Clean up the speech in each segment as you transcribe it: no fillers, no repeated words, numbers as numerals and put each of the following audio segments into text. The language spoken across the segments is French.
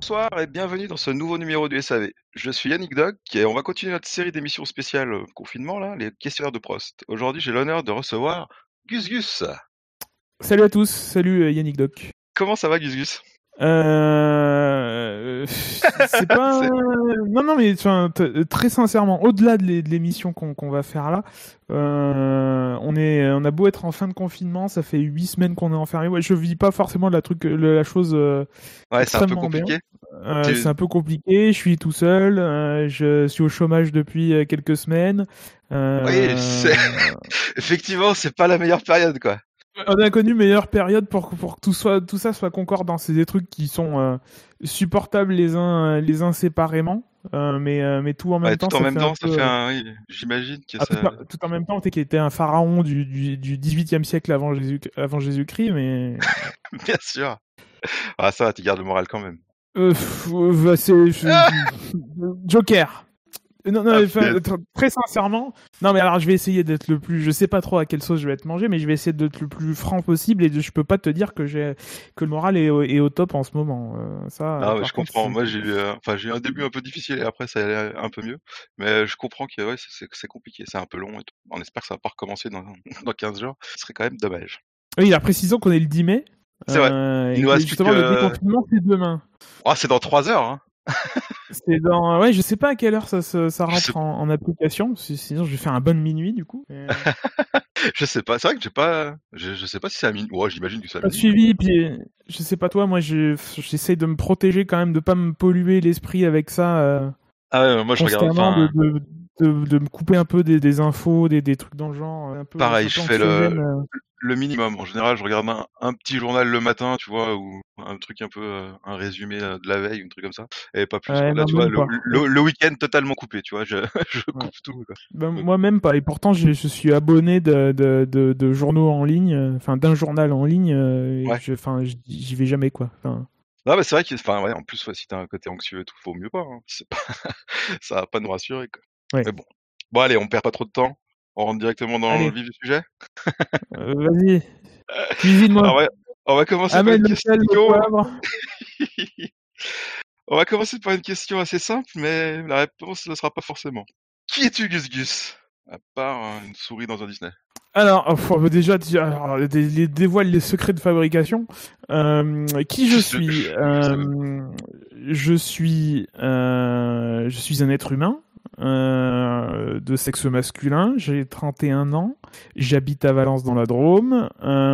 Bonsoir et bienvenue dans ce nouveau numéro du SAV. Je suis Yannick Doc et on va continuer notre série d'émissions spéciales confinement, là, les questionnaires de Prost. Aujourd'hui, j'ai l'honneur de recevoir Gus Gus. Salut à tous, salut Yannick Doc. Comment ça va, Gus Gus? C'est pas... Non, mais très sincèrement, au-delà de l'émission qu'on va faire là, on a beau être en fin de confinement, ça fait 8 semaines qu'on est enfermé. Ouais, je vis pas forcément la chose c'est un peu extrêmement bien. compliqué. C'est un peu compliqué, je suis tout seul, je suis au chômage depuis quelques semaines. Oui, effectivement, c'est pas la meilleure période, quoi. On a connu meilleure période pour que tout ça soit concordant. C'est des trucs qui sont supportables les uns séparément, mais tout en même temps. Tout en même temps, ça fait un. Oui, j'imagine que ça. Tout en même temps, qui était un pharaon du 18e siècle avant Jésus-Christ, mais. Bien sûr. Ah, ça va, tu gardes le moral quand même. Joker. Non, très sincèrement. Non, mais alors je vais essayer d'être le plus. Je sais pas trop à quelle sauce je vais être mangé, mais je vais essayer d'être le plus franc possible et je peux pas te dire que le moral est au top en ce moment. Mais je comprends. Moi, j'ai eu un début un peu difficile et après ça allait un peu mieux. Mais je comprends que c'est compliqué, c'est un peu long et tout. On espère que ça va pas recommencer dans 15 jours. Ce serait quand même dommage. Oui, alors précisons qu'on est le 10 mai. C'est vrai. Il nous reste justement le déconfinement, c'est demain. Oh, c'est dans 3 heures. Hein. C'est dans... Ouais, je sais pas à quelle heure ça rentre en application, sinon je vais faire un bon minuit du coup. Je sais pas, c'est vrai que j'ai pas... Je sais pas si c'est à minuit. Ouais, j'imagine que c'est à minuit. Suivi, puis je sais pas toi, moi j'essaie de me protéger quand même, de pas me polluer l'esprit avec ça. Moi je regarde... de me couper un peu des infos, des trucs dans le genre. Un peu, pareil, je fais le minimum. En général, je regarde un petit journal le matin, tu vois, ou un truc un peu, un résumé de la veille, un truc comme ça, et pas plus. Là, tu vois, le week-end totalement coupé, tu vois, je coupe tout. Quoi. Moi même pas, et pourtant je suis abonné de journaux en ligne, enfin d'un journal en ligne, j'y vais jamais quoi. Non, mais c'est vrai en plus, si t'as un côté anxieux et tout, faut mieux pas. Hein. Ça va pas nous rassurer, quoi. Ouais. Mais bon, allez, on perd pas trop de temps. On rentre directement dans le vif du sujet. Vas-y, cuisine-moi. On va commencer par une question. On va commencer par une question assez simple, mais la réponse ne sera pas forcément. Qui es-tu, Gus Gus? À part une souris dans un Disney. Alors, déjà, dévoile les secrets de fabrication. Qui je suis? Je suis un être humain. De sexe masculin, j'ai 31 ans, j'habite à Valence dans la Drôme,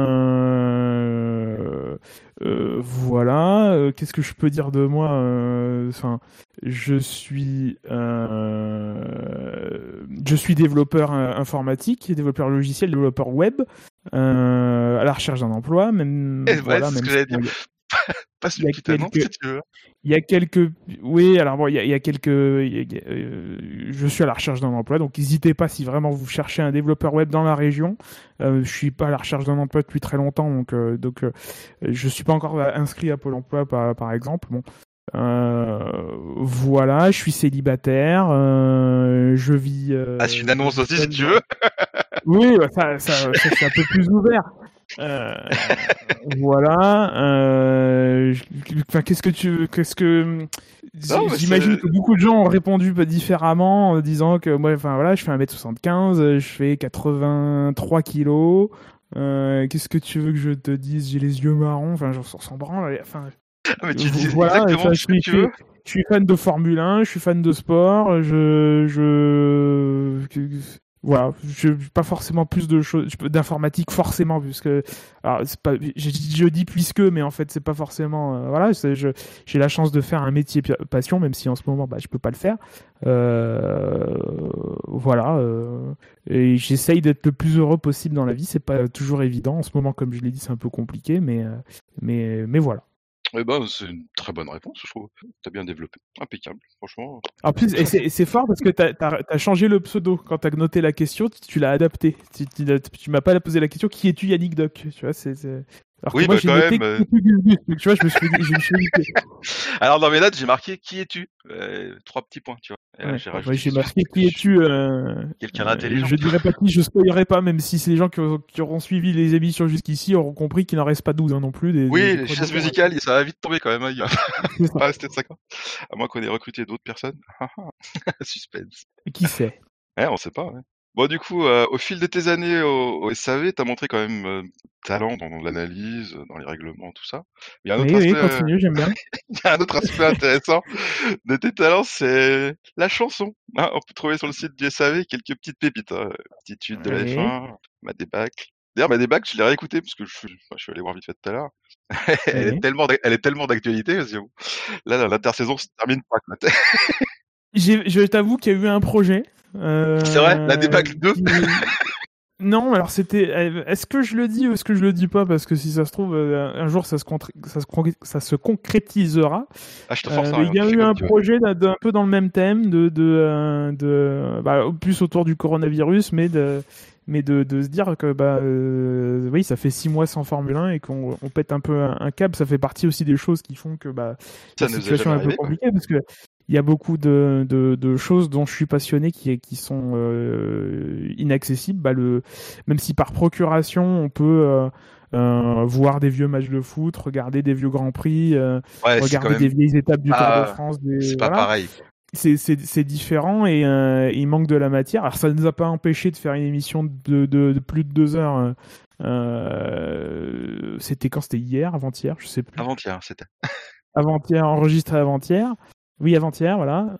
voilà, qu'est-ce que je peux dire de moi? Je suis développeur informatique, développeur logiciel, développeur web, à la recherche d'un emploi, même. Voilà, même ce que j'allais dire. Il y a quelques, oui, alors bon, il y a quelques, je suis à la recherche d'un emploi, donc n'hésitez pas si vraiment vous cherchez un développeur web dans la région. Je suis pas à la recherche d'un emploi depuis très longtemps, donc je suis pas encore inscrit à Pôle Emploi par exemple. Bon, voilà, je suis célibataire, je vis. C'est une annonce aussi si tu veux. Oui, ça c'est un peu plus ouvert. Voilà. J'imagine que beaucoup de gens ont répondu différemment en disant que moi, je fais 1m75, je fais 83 kilos. Qu'est-ce que tu veux que je te dise? J'ai les yeux marrons. J'en s'en branle. Mais tu dis exactement ce que tu veux. Je suis fan de Formule 1, je suis fan de sport. Voilà, pas forcément plus de choses d'informatique forcément, puisque alors c'est pas, je dis puisque, mais en fait c'est pas forcément voilà, j'ai la chance de faire un métier passion, même si en ce moment je peux pas le faire, voilà, et j'essaye d'être le plus heureux possible dans la vie. C'est pas toujours évident en ce moment, comme je l'ai dit, c'est un peu compliqué, mais voilà. C'est une très bonne réponse, je trouve. T'as bien développé. Impeccable, franchement. En plus, et c'est fort parce que t'as changé le pseudo. Quand t'as noté la question, tu l'as adapté. Tu m'as pas posé la question, qui es-tu, Yannick Doc? Tu vois, Alors oui, que moi, bah, j'ai quand noté même. Tu vois, je me suis dit. Alors, dans mes notes, j'ai marqué qui es-tu 3 petits points, tu vois. Et là, Ouais. j'ai Moi, rajouté j'ai marqué qui es-tu. quelqu'un d'intelligent. Je dirais pas qui, je spoilerai pas, même si c'est les gens qui auront suivi les émissions jusqu'ici auront compris qu'il n'en reste pas 12 hein, non plus. Oui, les chaises musicales, ça va vite tomber quand même. Hein. Il va pas rester de 5 ans. À moins qu'on ait recruté d'autres personnes. Suspense. Qui sait? Ouais, on sait pas. Ouais. Bon, du coup, au fil de tes années au SAV, t'as montré quand même talent dans l'analyse, dans les règlements, tout ça. Il y a un autre Oui, aspect, continue, j'aime bien. il y a un autre aspect intéressant de tes talents, c'est la chanson. Hein, on peut trouver sur le site du SAV quelques petites pépites. Hein. Aptitude de la Oui. F1, ma débâcle. D'ailleurs, ma débâcle, je l'ai réécouté parce que je suis allé voir vite fait tout à l'heure. Elle est tellement d'actualité parce que là, l'intersaison se termine pas. Quoi. Je t'avoue qu'il y a eu un projet. C'est vrai, la débâcle 2. Non, alors c'était. Est-ce que je le dis ou est-ce que je le dis pas? Parce que si ça se trouve, un jour ça se concrétisera. Ah, je te force à Mais rien. il y a eu un projet un peu dans le même thème, plus autour du coronavirus, mais de se dire que oui, ça fait 6 mois sans Formule 1 et qu'on pète un peu un câble. Ça fait partie aussi des choses qui font que la situation est un peu compliquée parce que il y a beaucoup de choses dont je suis passionné qui sont inaccessibles. Même si par procuration on peut voir des vieux matchs de foot, regarder des vieux grands prix, regarder des vieilles étapes du Tour de France. C'est pas pareil. C'est différent et il manque de la matière. Alors ça ne nous a pas empêché de faire une émission de plus de 2 heures. C'était quand? C'était hier, avant-hier, je sais plus. Avant-hier, c'était. Avant-hier, enregistré avant-hier. Oui, avant-hier, voilà.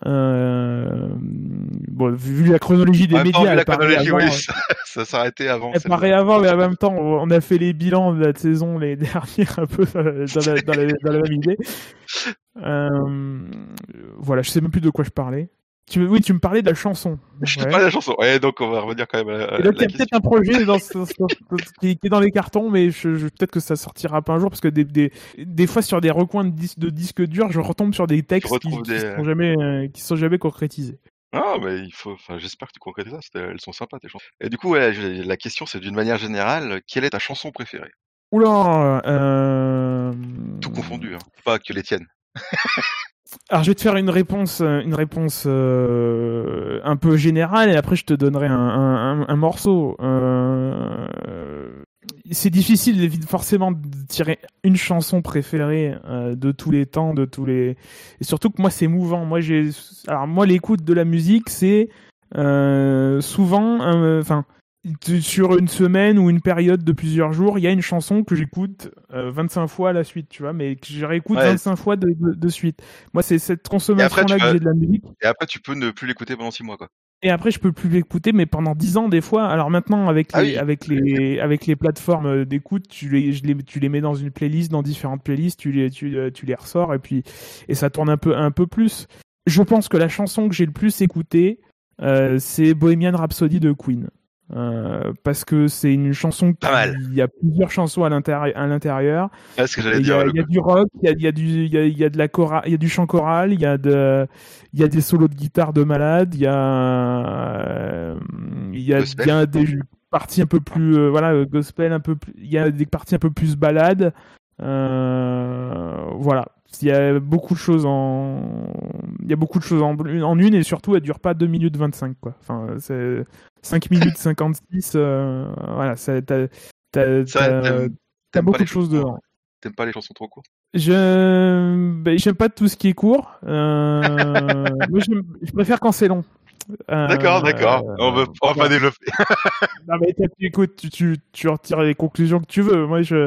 Bon, vu la chronologie des médias, la chronologie, oui, ça s'arrêtait avant. Elle paraît avant, mais en même temps, on a fait les bilans de la saison les dernières un peu dans la même idée. Voilà, je sais même plus de quoi je parlais. Tu me parlais de la chanson. Je te parlais de la chanson. Ouais, donc on va revenir quand même à et donc, il y a peut-être un projet qui est dans les cartons, mais peut-être que ça sortira pas un jour, parce que des fois, sur des recoins de disques durs, je retombe sur des textes qui sont jamais concrétisés. Ah, mais j'espère que tu concrétises ça, elles sont sympas tes chansons. Et du coup, ouais, la question c'est d'une manière générale, quelle est ta chanson préférée? Oula, Tout confondu, hein. Pas que les tiennes. Alors je vais te faire une réponse un peu générale et après je te donnerai un morceau. C'est difficile forcément de tirer une chanson préférée de tous les temps, et surtout que moi c'est mouvant. Moi l'écoute de la musique c'est souvent sur une semaine ou une période de plusieurs jours, il y a une chanson que j'écoute 25 fois à la suite, tu vois, mais que je réécoute 25 fois de suite. Moi, c'est cette consommation-là que j'ai de la musique. Et après, tu peux ne plus l'écouter pendant 6 mois, quoi. Et après, je peux plus l'écouter, mais pendant 10 ans, des fois. Alors maintenant, avec les plateformes d'écoute, tu les mets dans une playlist, dans différentes playlists, tu les ressors, et ça tourne un peu plus. Je pense que la chanson que j'ai le plus écoutée, c'est Bohemian Rhapsody de Queen. Parce que c'est une chanson il y a plusieurs chansons à l'intérieur. Ouais, ce que j'allais dire. Il y a du rock, il y a de la chorale, il y a du chant choral, il y a des solos de guitare de malade, il y a des parties un peu plus gospel, il y a des parties un peu plus balades. Voilà. Il y a beaucoup de choses en une, et surtout elle dure pas 2 minutes 25 quoi. Enfin, c'est 5 minutes 56, voilà, t'as beaucoup de choses dedans. T'aimes pas les chansons trop courtes? J'aime pas tout ce qui est court. Moi, je préfère quand c'est long. D'accord. On va pas développer. Non mais écoute, tu retires les conclusions que tu veux. Moi, je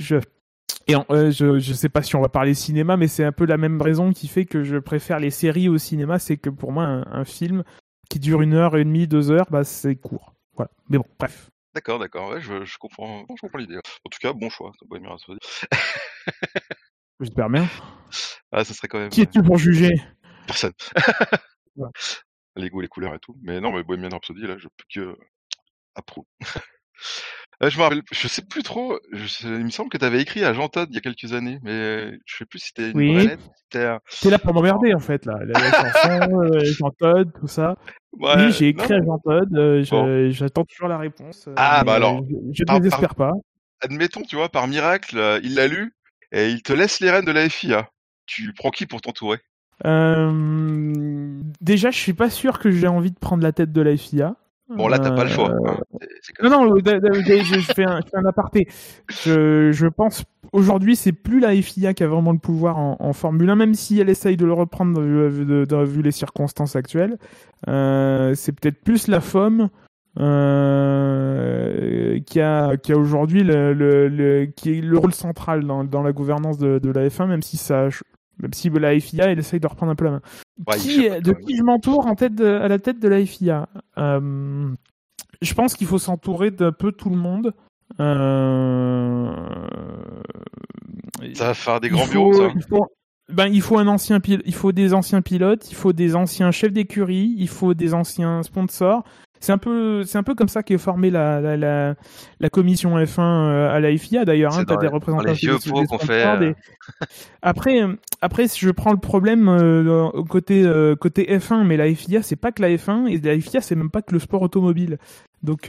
sais pas si on va parler cinéma, mais c'est un peu la même raison qui fait que je préfère les séries au cinéma, c'est que pour moi, un film qui dure 1h30, 2 heures, c'est court. Voilà. Mais bon, bref. D'accord. Ouais, je comprends l'idée. En tout cas, bon choix. Bohemian Rhapsody. J'espère bien. Ah, ça serait quand même. Qui es-tu pour juger? Personne. Ouais. Les goûts, les couleurs et tout. Mais non, mais Bohemian Rhapsody, là, je peux que approuver. Je me rappelle, je sais plus trop. Il me semble que tu avais écrit à Jean Todt il y a quelques années, mais je sais plus si c'était une vraie lettre. T'es là pour m'emmerder en fait là. La chanson, Jean Todt, tout ça. Ouais, oui, j'ai écrit à Jean Todt. J'attends toujours la réponse. Alors. Je ne désespère pas. admettons, tu vois, par miracle, il l'a lu et il te laisse les rênes de la FIA. Tu prends qui pour t'entourer? Déjà, je suis pas sûr que j'ai envie de prendre la tête de la FIA. Bon, là, t'as pas le choix. Hein. Non, je fais un aparté. Je pense aujourd'hui, c'est plus la FIA qui a vraiment le pouvoir en Formule 1, même si elle essaye de le reprendre vu les circonstances actuelles. C'est peut-être plus la FOM qui a aujourd'hui qui est le rôle central dans la gouvernance de la F1, même si la FIA elle essaye de reprendre un peu la main. Ouais, De qui je m'entoure à la tête de la FIA? Je pense qu'il faut s'entourer d'un peu tout le monde. Ça va faire des grands bureaux, ça. Il faut un ancien il faut des anciens pilotes, il faut des anciens chefs d'écurie, il faut des anciens sponsors. C'est un peu comme ça qu'est formée la commission F1 à la FIA d'ailleurs. T'as des représentants des sponsors. Après, je prends le problème côté F1, mais la FIA c'est pas que la F1 et la FIA c'est même pas que le sport automobile. Donc,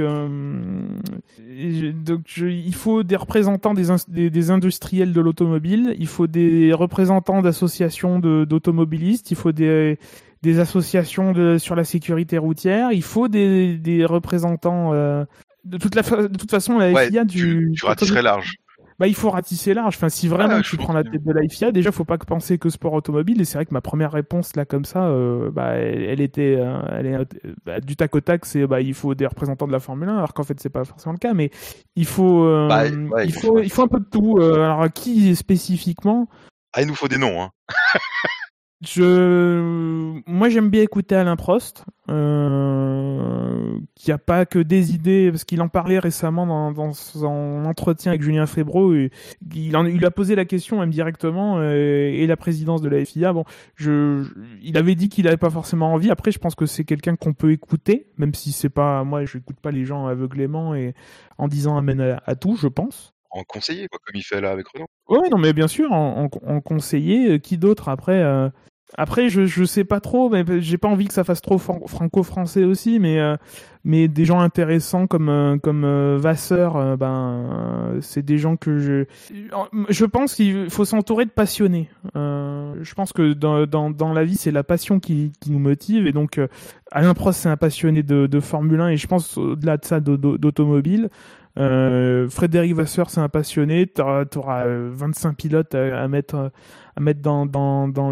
il faut des représentants des industriels de l'automobile, il faut des représentants d'associations d'automobilistes, il faut des associations sur la sécurité routière, il faut des représentants. De toute façon, la FIA tu ratisserais large. Il faut ratisser large. Enfin, si vraiment tu prends la tête de la FIA, déjà, faut pas penser que sport automobile. Et c'est vrai que ma première réponse là, comme ça, elle était du tac au tac. C'est il faut des représentants de la Formule 1, alors qu'en fait c'est pas forcément le cas. Mais il faut il faut un peu de tout. Alors à qui spécifiquement? Il nous faut des noms. Hein. Moi, j'aime bien écouter Alain Prost, qui a pas que des idées, parce qu'il en parlait récemment dans son entretien avec Julien Febvreau. Il a posé la question même directement, et la présidence de la FIA. Bon, il avait dit qu'il avait pas forcément envie. Après, je pense que c'est quelqu'un qu'on peut écouter, même si c'est pas, moi, je n'écoute pas les gens aveuglément et en disant amen à tout, je pense. En conseiller, quoi, comme il fait là avec Renault. Oui, non, mais bien sûr, en conseiller. Qui d'autre après je sais pas trop, mais j'ai pas envie que ça fasse trop franco-français aussi, mais des gens intéressants comme Vasseur, c'est des gens que je pense qu'il faut s'entourer de passionnés. Je pense que dans la vie, c'est la passion qui nous motive, et donc Alain Prost, c'est un passionné de Formule 1, et je pense au-delà de ça d'automobile. Frédéric Vasseur, c'est un passionné. T'auras 25 pilotes à mettre dans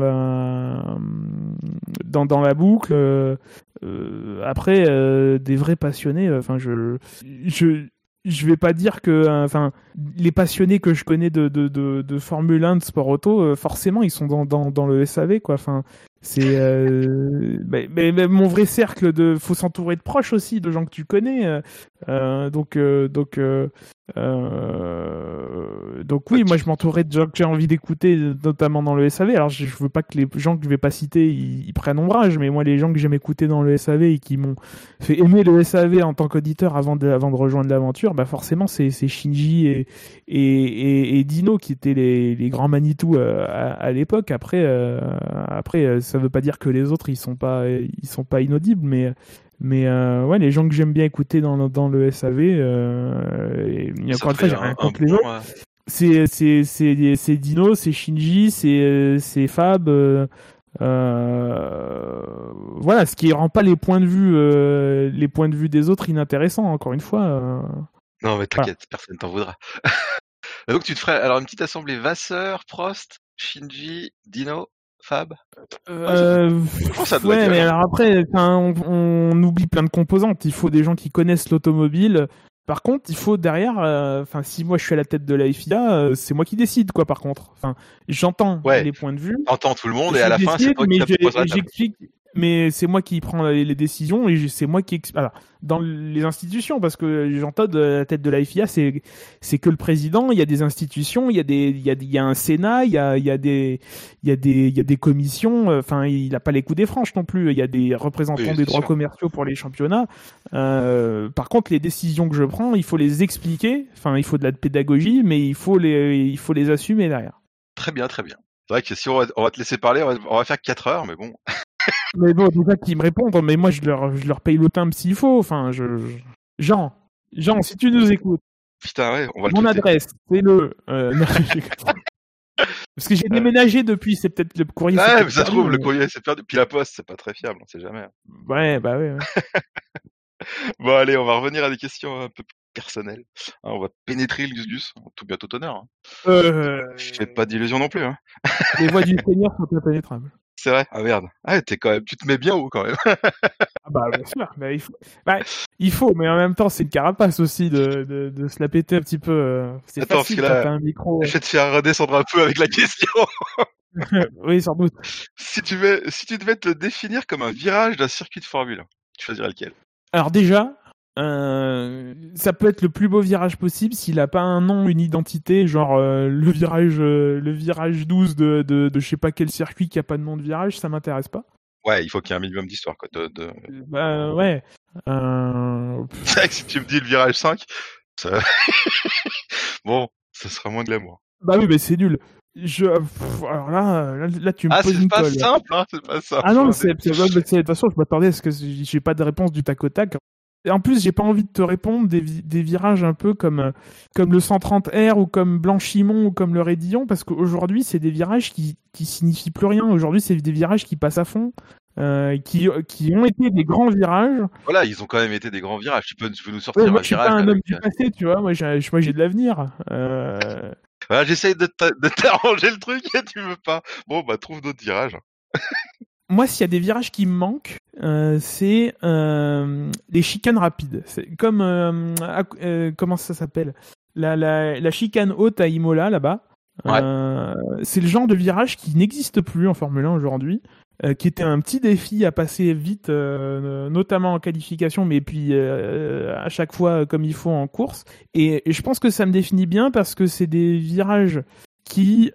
la boucle. Après, des vrais passionnés. Enfin, je vais pas dire que, les passionnés que je connais de Formule 1, de sport auto, forcément, ils sont dans le SAV, quoi. Enfin, c'est mais mon vrai cercle faut s'entourer de proches aussi, de gens que tu connais. Donc oui, moi je m'entourerai de gens que j'ai envie d'écouter, notamment dans le SAV. Alors je veux pas que les gens que je vais pas citer ils prennent ombrage, mais moi les gens que j'aime écouter dans le SAV et qui m'ont fait aimer le SAV en tant qu'auditeur avant de rejoindre l'aventure, forcément c'est Shinji et Dino qui étaient les grands Manitou à l'époque. Après ça veut pas dire que les autres ils sont pas inaudibles, mais ouais, les gens que j'aime bien écouter dans le SAV, et encore une fois, j'ai rien contre les autres. C'est Dino, c'est Shinji, c'est Fab. Voilà, ce qui rend pas les points de vue des autres inintéressants, encore une fois. Non, mais t'inquiète, personne t'en voudra. Donc tu te ferais alors une petite assemblée Vasseur, Prost, Shinji, Dino, Fab. Ouais, mais alors après, on oublie plein de composantes. Il faut des gens qui connaissent l'automobile. Par contre, il faut derrière, si moi je suis à la tête de la FIA, c'est moi qui décide, quoi. Par contre, j'entends les points de vue. T'entends tout le monde et à la fin, c'est toi qui j'explique. Mais c'est moi qui prends les décisions, et c'est moi qui alors dans les institutions, parce que j'entends de la tête de la FIA, c'est que le président. Il y a des institutions, il y a un Sénat, il y a des commissions. Enfin, il n'a pas les coups des franches non plus. Il y a des représentants des droits commerciaux pour les championnats. Par contre, les décisions que je prends, il faut les expliquer. Enfin, il faut de la pédagogie, mais il faut les assumer derrière. Très bien, très bien. C'est vrai que si on va te laisser parler, on va faire 4 heures, mais bon. Mais bon, déjà qu'ils me répondent, mais moi je leur paye le timbre s'il faut. Enfin, Jean, si tu nous écoutes. Putain, ouais, on va le Mon adresse, c'est le... Parce que j'ai déménagé depuis, c'est peut-être le courrier. Ouais, mais ça se trouve, le courrier s'est perdu. Puis la poste, c'est pas très fiable, on sait jamais. Ouais, bah ouais. Bon, allez, on va revenir à des questions un peu plus personnelles. On va pénétrer le Gus, tout bientôt honneur. Fais pas d'illusions non plus. Les voies du Seigneur sont impénétrables. C'est vrai. Ah merde. Ah, tu te mets bien haut quand même. Ah bah bien sûr, mais il faut, mais en même temps c'est une carapace aussi de se la péter un petit peu. C'est Attends, facile parce que là, quand t'as un micro. Je vais te faire redescendre un peu avec la question. Oui, sans doute. Si tu devais te définir comme un virage d'un circuit de Formule 1, tu choisirais lequel? Alors déjà, ça peut être le plus beau virage possible s'il a pas un nom, une identité, genre le virage 12 de je sais pas quel circuit qui a pas de nom de virage, ça m'intéresse pas. Ouais, il faut qu'il y ait un minimum d'histoire, quoi. Bah ouais. C'est vrai que si tu me dis le virage 5, ça... bon, ça sera moins de glamour. Bah oui, mais c'est nul. Alors là, tu me poses une colle. C'est pas simple. Ah non, de toute façon, je m'attendais à ce que j'ai pas de réponse du tac au tac. Et en plus, j'ai pas envie de te répondre des virages un peu comme le 130R ou comme Blanchimont ou comme le Raidillon, parce qu'aujourd'hui, c'est des virages qui signifient plus rien. Aujourd'hui, c'est des virages qui passent à fond, qui ont été des grands virages. Voilà, ils ont quand même été des grands virages. Tu peux nous sortir moi, un virage. Je suis pas un homme du passé, tu vois. Moi, j'ai de l'avenir. Voilà, j'essaye de t'arranger le truc et tu veux pas. Bon, bah trouve d'autres virages. Moi, s'il y a des virages qui me manquent, c'est les chicanes rapides. C'est comme comment ça s'appelle, la chicane haute à Imola là-bas. Ouais. C'est le genre de virage qui n'existe plus en Formule 1 aujourd'hui, qui était un petit défi à passer vite, notamment en qualification, mais puis à chaque fois comme il faut en course. Et je pense que ça me définit bien parce que c'est des virages qui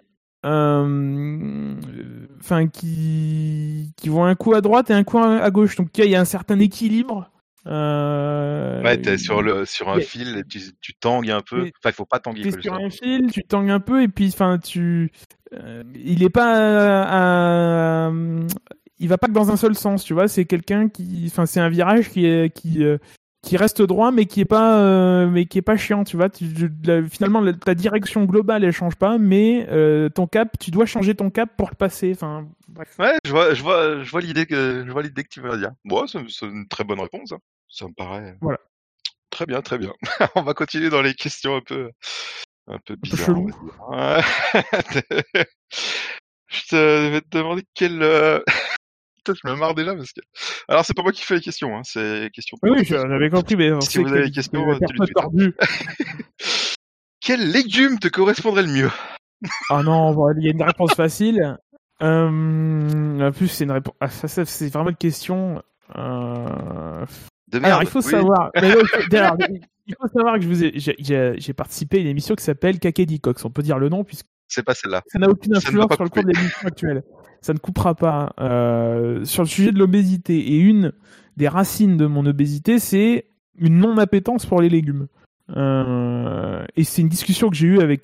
qui vont un coup à droite et un coup à gauche, donc il y a un certain équilibre. Ouais, t'es sur un fil et tu tangues un peu. Enfin, il faut pas tanguer. T'es sur un fil, tu tangues un peu et puis il est pas il va pas que dans un seul sens, tu vois. C'est quelqu'un c'est un virage qui reste droit mais qui est pas chiant, tu vois. Finalement ta direction globale elle change pas, mais ton cap, tu dois changer ton cap pour le passer. Enfin bref. Ouais, je vois l'idée que tu veux dire. Bon, c'est une très bonne réponse. Ça me paraît. Voilà. Très bien. On va continuer dans les questions un peu bizarres. Chelou. Je vais te demander quel. Putain, je me marre déjà parce que. Alors, c'est pas moi qui fais les questions, hein, c'est les questions. Oui, j'avais compris, mais si vous avez des questions, dites-le. Quel légume te correspondrait le mieux? Ah non, il y a une réponse facile. En plus, c'est une réponse. Ça, c'est vraiment une question. De merde. Alors, il faut savoir. Il faut savoir que j'ai participé à une émission qui s'appelle Kakedi Cox. On peut dire le nom puisque. C'est pas celle-là. Ça n'a aucune influence sur le cours de l'émission actuelle. Ça ne coupera pas. Sur le sujet de l'obésité, et une des racines de mon obésité, c'est une non-appétence pour les légumes. Et c'est une discussion que j'ai eue avec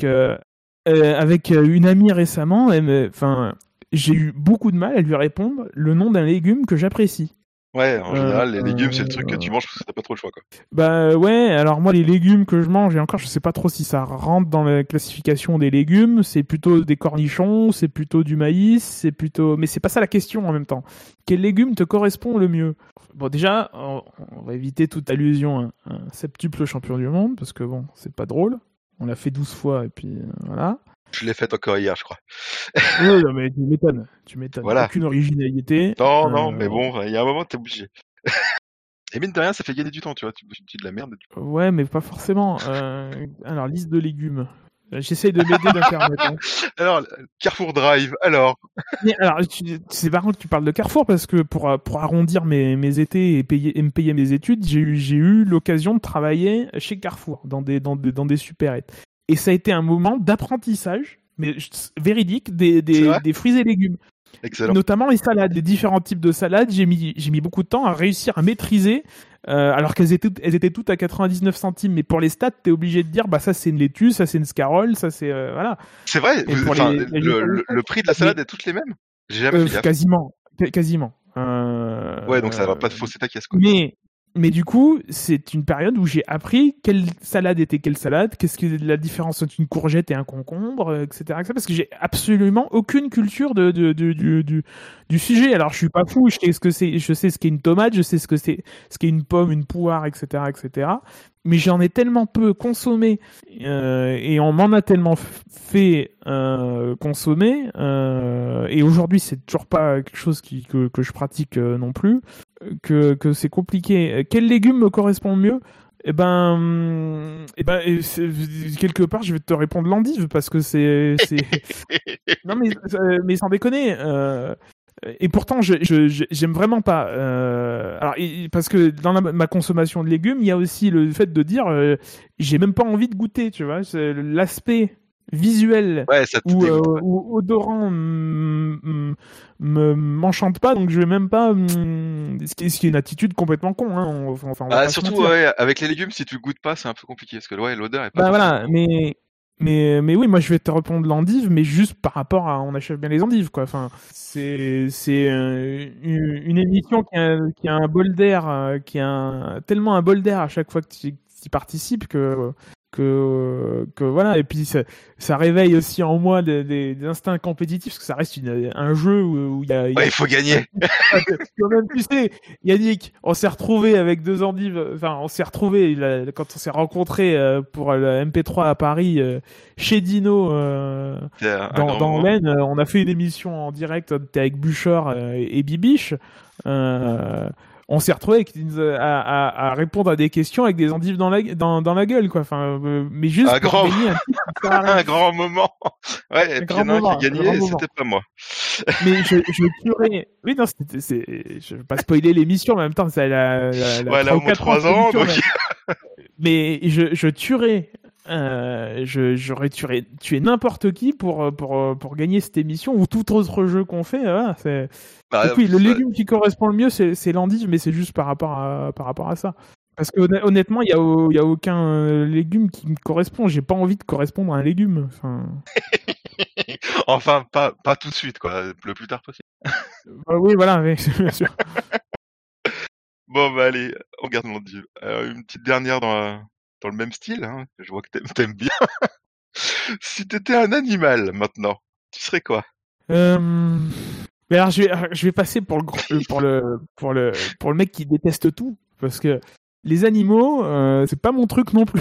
une amie récemment. J'ai eu beaucoup de mal à lui répondre le nom d'un légume que j'apprécie. Ouais, en général, les légumes, c'est le truc que tu manges parce que t'as pas trop le choix, quoi. Bah ouais, alors moi, les légumes que je mange, et encore, je sais pas trop si ça rentre dans la classification des légumes, c'est plutôt des cornichons, c'est plutôt du maïs, mais c'est pas ça la question en même temps. Quel légume te correspond le mieux? Bon, déjà, on va éviter toute allusion à un septuple champion du monde, parce que bon, c'est pas drôle. On l'a fait 12 fois, et puis voilà. Je l'ai faite encore hier, je crois. Oui, non, mais tu m'étonnes. Voilà. Aucune originalité. Non, mais bon, il y a un moment, t'es obligé. Et mine de rien, ça fait gagner du temps, tu vois. Tu dis de la merde. Ouais, mais pas forcément. Alors, liste de légumes. J'essaye de m'aider d'internet. Hein. Alors, Carrefour Drive, alors. Mais alors, c'est marrant que tu parles de Carrefour parce que pour arrondir mes étés et me payer mes études, j'ai eu l'occasion de travailler chez Carrefour dans des supérettes. Et ça a été un moment d'apprentissage, mais véridique, des fruits et légumes. Excellent. Notamment les salades, les différents types de salades. J'ai mis beaucoup de temps à réussir à maîtriser, alors qu'elles étaient toutes à 99 centimes. Mais pour les stats, t'es obligé de dire, bah ça c'est une laitue, ça c'est une scarole, ça c'est voilà. C'est vrai. Le prix de la salade est toutes les mêmes. J'ai jamais fait gaffe. Quasiment. Ouais, donc ça va pas te fausser ta caisse, quoi. Mais Mais du coup, c'est une période où j'ai appris quelle salade était quelle salade, qu'est-ce que la différence entre une courgette et un concombre, etc., etc. Parce que j'ai absolument aucune culture du sujet. Alors, je suis pas fou, je sais ce que c'est, je sais ce qu'est une tomate, je sais ce qu'est une pomme, une poire, etc., etc. Mais j'en ai tellement peu consommé et on m'en a tellement fait consommer. Et aujourd'hui, c'est toujours pas quelque chose que je pratique non plus. Que c'est compliqué. Quels légumes me correspondent mieux? Quelque part, je vais te répondre l'endive parce que c'est... Non, mais sans déconner. Et pourtant, j'aime vraiment pas. Alors, parce que dans ma consommation de légumes, il y a aussi le fait de dire, j'ai même pas envie de goûter, tu vois. L'aspect visuel ou odorant m'enchante pas, donc je vais même pas ce qui est une attitude complètement con, hein. Surtout avec les légumes, si tu goûtes pas, c'est un peu compliqué parce que l'odeur est pas voilà, mais oui, moi je vais te répondre l'endive, mais juste par rapport à on achève bien les endives, quoi. Enfin, c'est une émission qui a un bol d'air, tellement un bol d'air à chaque fois que tu y participes que voilà. Et puis ça réveille aussi en moi des instincts compétitifs parce que ça reste un jeu où il y a il faut gagner. Même, tu sais, Yannick, on s'est retrouvé avec deux endives. Enfin, on s'est retrouvé quand on s'est rencontré pour le MP3 à Paris chez Dino dans l'Aisne. On a fait une émission en direct avec Bouchard et Bibiche. On s'est retrouvé à répondre à des questions avec des endives dans la gueule, quoi. Enfin, mais juste un pour gagner un grand moment. Ouais, et puis il y en a un qui a gagné, et c'était pas moi. Mais je tuerais. Oui, non, je veux pas spoiler l'émission, mais en même temps, ça a elle a au moins 3 ans, donc. Mais je tuerais. J'aurais tué n'importe qui pour gagner cette émission ou tout autre jeu qu'on fait. Voilà, donc oui, le légume qui correspond le mieux, c'est l'endive, mais c'est juste par rapport à ça. Parce que honnêtement, il y a aucun légume qui me correspond. J'ai pas envie de correspondre à un légume. Enfin, pas tout de suite, quoi. Le plus tard possible. Oui, voilà, bien sûr. Bon, allez, on garde l'endive. Une petite dernière dans le même style, hein. Je vois que t'aimes bien. Si t'étais un animal maintenant, tu serais quoi? Mais alors je vais passer pour le mec qui déteste tout, parce que les animaux, c'est pas mon truc non plus.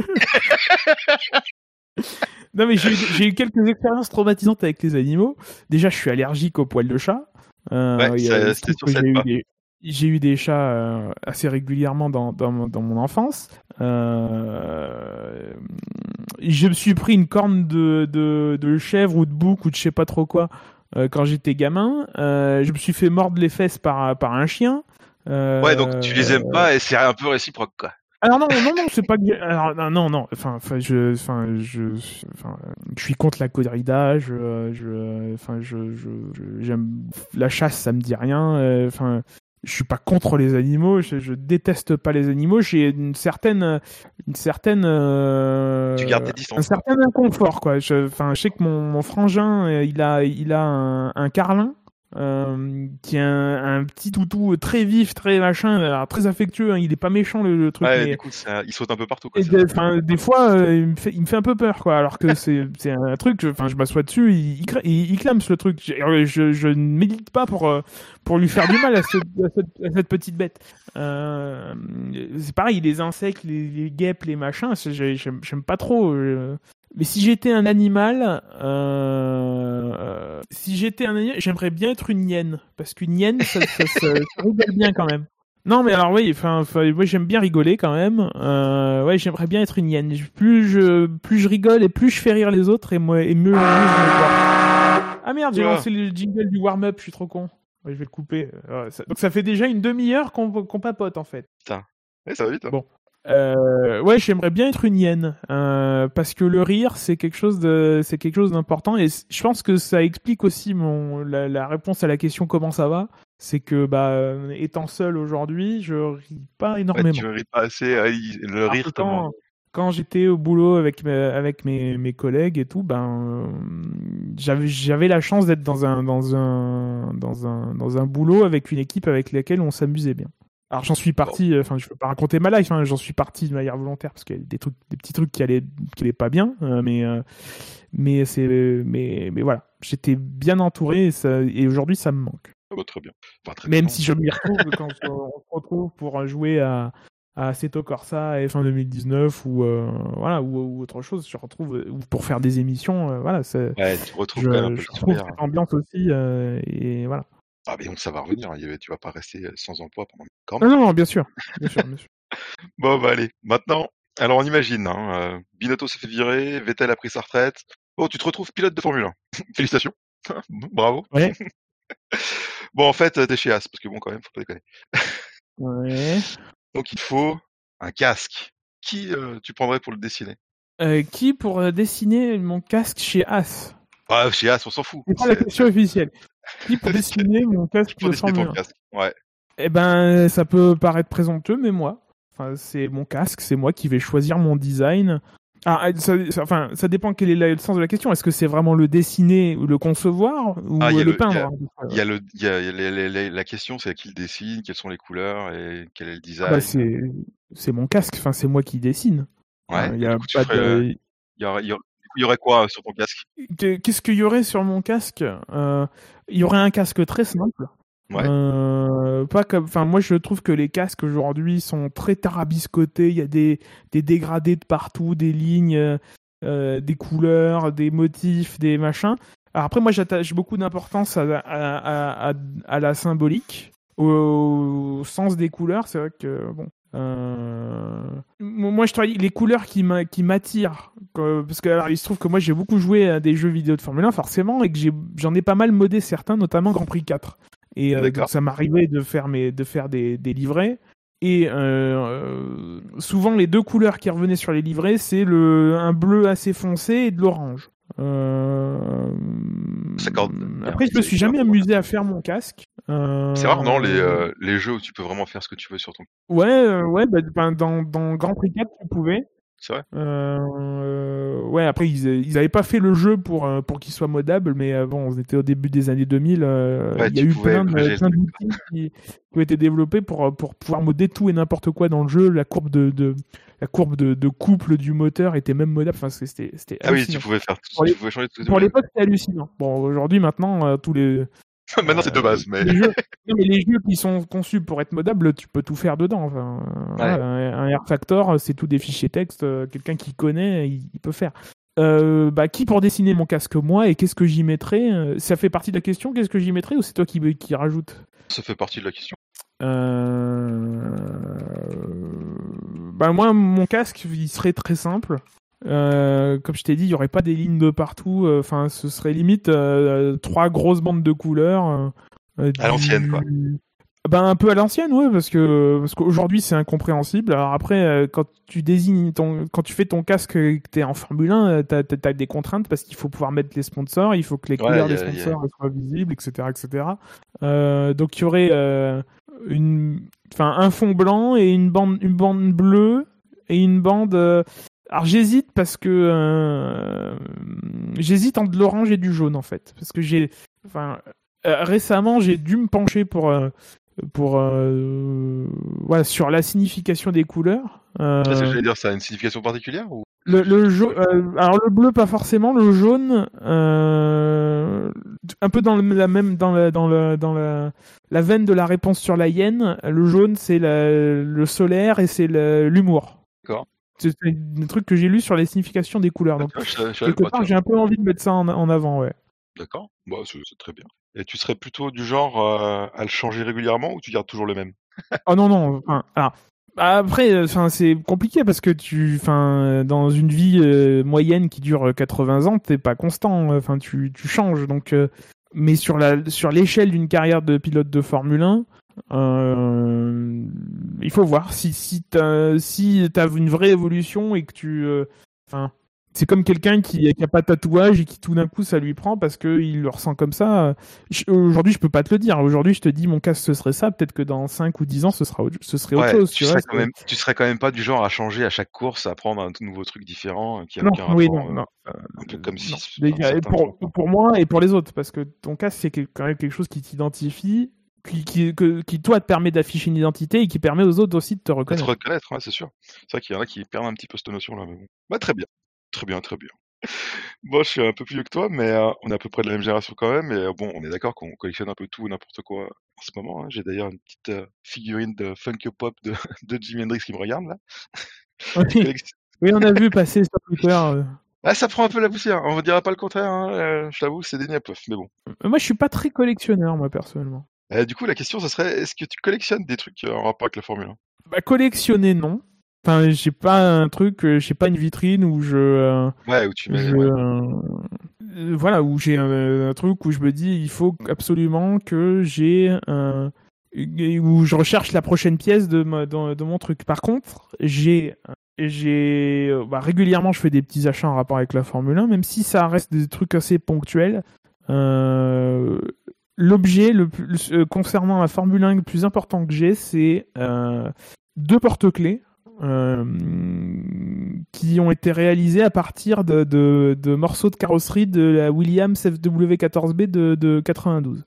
Non, mais j'ai eu quelques expériences traumatisantes avec les animaux. Déjà, je suis allergique aux poils de chat. C'était sur cette part. J'ai eu des chats assez régulièrement dans mon enfance. Je me suis pris une corne de chèvre ou de bouc ou de je sais pas trop quoi quand j'étais gamin. Je me suis fait mordre les fesses par un chien. Ouais, donc tu les aimes pas et c'est un peu réciproque, quoi. Alors non, c'est pas que... Alors, non. Je suis contre la corrida. J'aime la chasse, ça me dit rien. Je suis pas contre les animaux. Je déteste pas les animaux. J'ai une certaine. Tu gardes tes distances. Un certain inconfort, quoi. Je sais que mon frangin, il a un carlin. Qui est un petit toutou très vif, très machin, alors très affectueux, hein, il est pas méchant le truc. Ouais, mais... du coup, il saute un peu partout, quoi. Des fois, il me fait un peu peur, quoi, alors que c'est un truc, je m'assois dessus, il clame le truc. Je ne médite pas pour lui faire du mal à cette petite bête. C'est pareil, les insectes, les guêpes, les machins, j'aime pas trop. Mais si j'étais un animal, j'aimerais bien être une hyène, parce qu'une hyène, ça rigole bien quand même. Non, mais alors oui, moi j'aime bien rigoler quand même. Ouais, j'aimerais bien être une hyène. Plus je rigole et plus je fais rire les autres et mieux je me vois. Ah merde, j'ai lancé le jingle du warm-up, je suis trop con. Ouais, je vais le couper. Donc ça fait déjà une demi-heure qu'on papote en fait. Putain, ouais, ça va vite. Hein. Bon. Ouais, j'aimerais bien être une hyène parce que le rire c'est quelque chose d'important et je pense que ça explique aussi la réponse à la question comment ça va. C'est que étant seul aujourd'hui, je ris pas énormément. Ouais, tu ris pas assez. Le rire quand j'étais au boulot avec mes collègues et tout, j'avais la chance d'être dans un boulot avec une équipe avec laquelle on s'amusait bien. Alors j'en suis parti, enfin je peux pas raconter ma life, hein, j'en suis parti de manière volontaire parce qu'il y a des petits trucs qui allaient pas bien, mais voilà, j'étais bien entouré et aujourd'hui ça me manque. Ah bah, très bien. Enfin, très Même bien. si je m'y retrouve quand on se retrouve pour jouer à Assetto Corsa et fin 2019 ou voilà ou autre chose, je retrouve ou pour faire des émissions, voilà, ouais, tu retrouves quand même un peu je retrouve cette ambiance aussi et voilà. Ah mais donc ça va revenir, tu vas pas rester sans emploi pendant quand même. Non, bien sûr. Bon bah allez, maintenant, alors on imagine, Binotto s'est fait virer, Vettel a pris sa retraite. Oh, tu te retrouves pilote de Formule 1. Félicitations. Bravo. Ouais. Bon, en fait, t'es chez As, parce que bon, quand même, faut pas déconner. Ouais. Donc il faut un casque. Qui tu prendrais pour le dessiner? Qui pour dessiner mon casque chez As? Ah, chez As, on s'en fout. C'est pas la question officielle. Qui pour dessiner mon casque de Formule 1? Casque. Ouais. Eh ben, ça peut paraître présomptueux, mais moi. Enfin, c'est mon casque, c'est moi qui vais choisir mon design. Ah, ça dépend quel est le sens de la question. Est-ce que c'est vraiment le dessiner ou le concevoir ou le peindre? Il y a la question, c'est qui le dessine, quelles sont les couleurs et quel est le design. Bah, c'est mon casque. Enfin, c'est moi qui dessine. Ouais. Il y a pas de. Il y aurait quoi sur ton casque? Qu'est-ce qu'il y aurait sur mon casque? Il y aurait un casque très simple. Ouais. Pas comme, enfin, moi je trouve que les casques aujourd'hui sont très tarabiscotés. Il y a des dégradés de partout, des lignes, des couleurs, des motifs, des machins. Alors après, moi j'attache beaucoup d'importance à la symbolique, au sens des couleurs. C'est vrai que bon. Moi je travaille les couleurs qui m'attirent parce que alors, il se trouve que moi j'ai beaucoup joué à des jeux vidéo de Formule 1 forcément et que j'en ai pas mal modé certains, notamment Grand Prix 4 et donc ça m'arrivait de faire des livrets et souvent les deux couleurs qui revenaient sur les livrets c'est un bleu assez foncé et de l'orange. Après, je me suis jamais amusé à faire mon casque. C'est rare, non, les jeux où tu peux vraiment faire ce que tu veux sur ton. Ouais, dans Grand Prix 4, tu pouvais. C'est vrai. Ouais, après, ils avaient pas fait le jeu pour qu'il soit modable, mais bon, on était au début des années 2000. Il y a eu plein d'outils qui ont été développés pour pouvoir modder tout et n'importe quoi dans le jeu. La courbe de couple du moteur était même modable. Enfin, c'était hallucinant. Oui, tu pouvais faire tout. Pour l'époque, c'était hallucinant. Bon, aujourd'hui, maintenant, tous les. Maintenant, c'est de base, mais. Les jeux qui sont conçus pour être modables, tu peux tout faire dedans. Enfin, ouais. Un R-Factor, c'est tout des fichiers texte. Quelqu'un qui connaît, il peut faire. Qui pour dessiner mon casque, moi, et qu'est-ce que j'y mettrais? Ça fait partie de la question, qu'est-ce que j'y mettrais, ou c'est toi qui rajoute? Ça fait partie de la question. Moi, mon casque, il serait très simple. Comme je t'ai dit, il n'y aurait pas des lignes de partout. Enfin, ce serait limite 3 grosses bandes de couleurs. À l'ancienne, quoi. Un peu à l'ancienne, ouais, parce qu'aujourd'hui c'est incompréhensible. Alors après, quand tu fais ton casque, que t'es en Formule 1, t'as des contraintes parce qu'il faut pouvoir mettre les sponsors, il faut que les couleurs des sponsors soient visibles, etc., etc. Donc il y aurait un fond blanc et une bande bleue et une bande. Alors j'hésite parce que j'hésite entre de l'orange et du jaune en fait, parce que récemment j'ai dû me pencher sur la signification des couleurs. Qu'est-ce que j'allais dire, ça a une signification particulière ou? Le jaune, alors le bleu pas forcément, le jaune un peu dans la veine de la réponse sur la hyène. Le jaune c'est le solaire et c'est l'humour. D'accord. C'est un truc que j'ai lu sur les significations des couleurs. Donc quelque part j'ai un peu envie de mettre ça en avant, ouais. D'accord, c'est très bien. Et tu serais plutôt du genre à le changer régulièrement ou tu gardes toujours le même? Oh non. Alors, après, c'est compliqué parce que dans une vie moyenne qui dure 80 ans, t'es pas constant. Enfin, tu changes. Donc, mais sur l'échelle d'une carrière de pilote de Formule 1, il faut voir si t'as une vraie évolution et que c'est comme quelqu'un qui a pas de tatouage et qui tout d'un coup ça lui prend parce qu'il le ressent comme ça. Aujourd'hui, je peux pas te le dire. Aujourd'hui, je te dis mon casque ce serait ça. Peut-être que dans 5 ou 10 ans, ce serait autre chose. Tu serais quand même pas du genre à changer à chaque course, à prendre un tout nouveau truc différent qui a non, aucun rapport. Oui, non. Un peu comme si. Pour moi et pour les autres, parce que ton casque c'est quand même quelque chose qui t'identifie, qui toi te permet d'afficher une identité et qui permet aux autres aussi de te reconnaître. De te reconnaître, ouais, c'est sûr. C'est vrai qu'il y en a qui perdent un petit peu cette notion-là, mais bon. Bah, très bien. Bon, je suis un peu plus vieux que toi, mais on est à peu près de la même génération quand même. Et bon, on est d'accord qu'on collectionne un peu tout, n'importe quoi en ce moment. Hein. J'ai d'ailleurs une petite figurine de Funko Pop de Jimi Hendrix qui me regarde là. Oui, on a vu passer sur Twitter. Ah, ça prend un peu la poussière. On ne dira pas le contraire. Hein. Je t'avoue, c'est des niapofs, mais bon. Moi, je suis pas très collectionneur, moi personnellement. Du coup, la question, ça serait, est-ce que tu collectionnes des trucs en rapport avec la Formule 1? Bah, collectionner, non. Enfin, j'ai pas un truc, j'ai pas une vitrine où je. Ouais, où tu mets. Voilà, où j'ai un truc où je me dis, il faut absolument que j'ai où je recherche la prochaine pièce de mon truc. Par contre, régulièrement, je fais des petits achats en rapport avec la Formule 1, même si ça reste des trucs assez ponctuels. L'objet concernant la Formule 1 le plus important que j'ai, c'est 2 porte-clés qui ont été réalisés à partir de morceaux de carrosserie de la Williams FW14B de 92.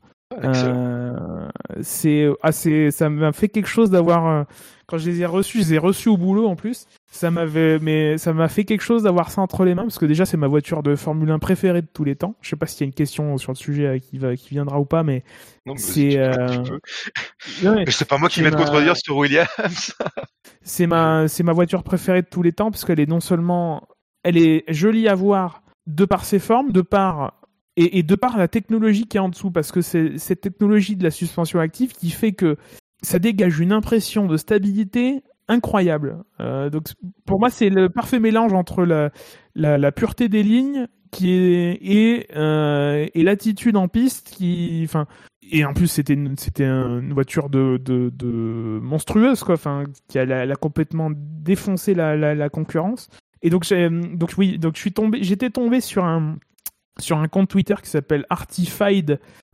Ça m'a fait quelque chose d'avoir quand je les ai reçus au boulot en plus. Ça m'a fait quelque chose d'avoir ça entre les mains parce que déjà c'est ma voiture de Formule 1 préférée de tous les temps. Je sais pas s'il y a une question sur le sujet qui viendra ou pas, mais non, c'est. Ouais, mais c'est pas moi qui vais te contredire sur Williams. C'est ma voiture préférée de tous les temps parce qu'elle est non seulement elle est jolie à voir de par ses formes, de par la technologie qui est en dessous, parce que c'est cette technologie de la suspension active qui fait que ça dégage une impression de stabilité incroyable. Donc pour moi, c'est le parfait mélange entre la pureté des lignes et l'attitude en piste et en plus c'était une voiture de monstrueuse quoi, qui a complètement défoncé la concurrence. Et donc j'étais tombé sur un compte Twitter qui s'appelle Artified.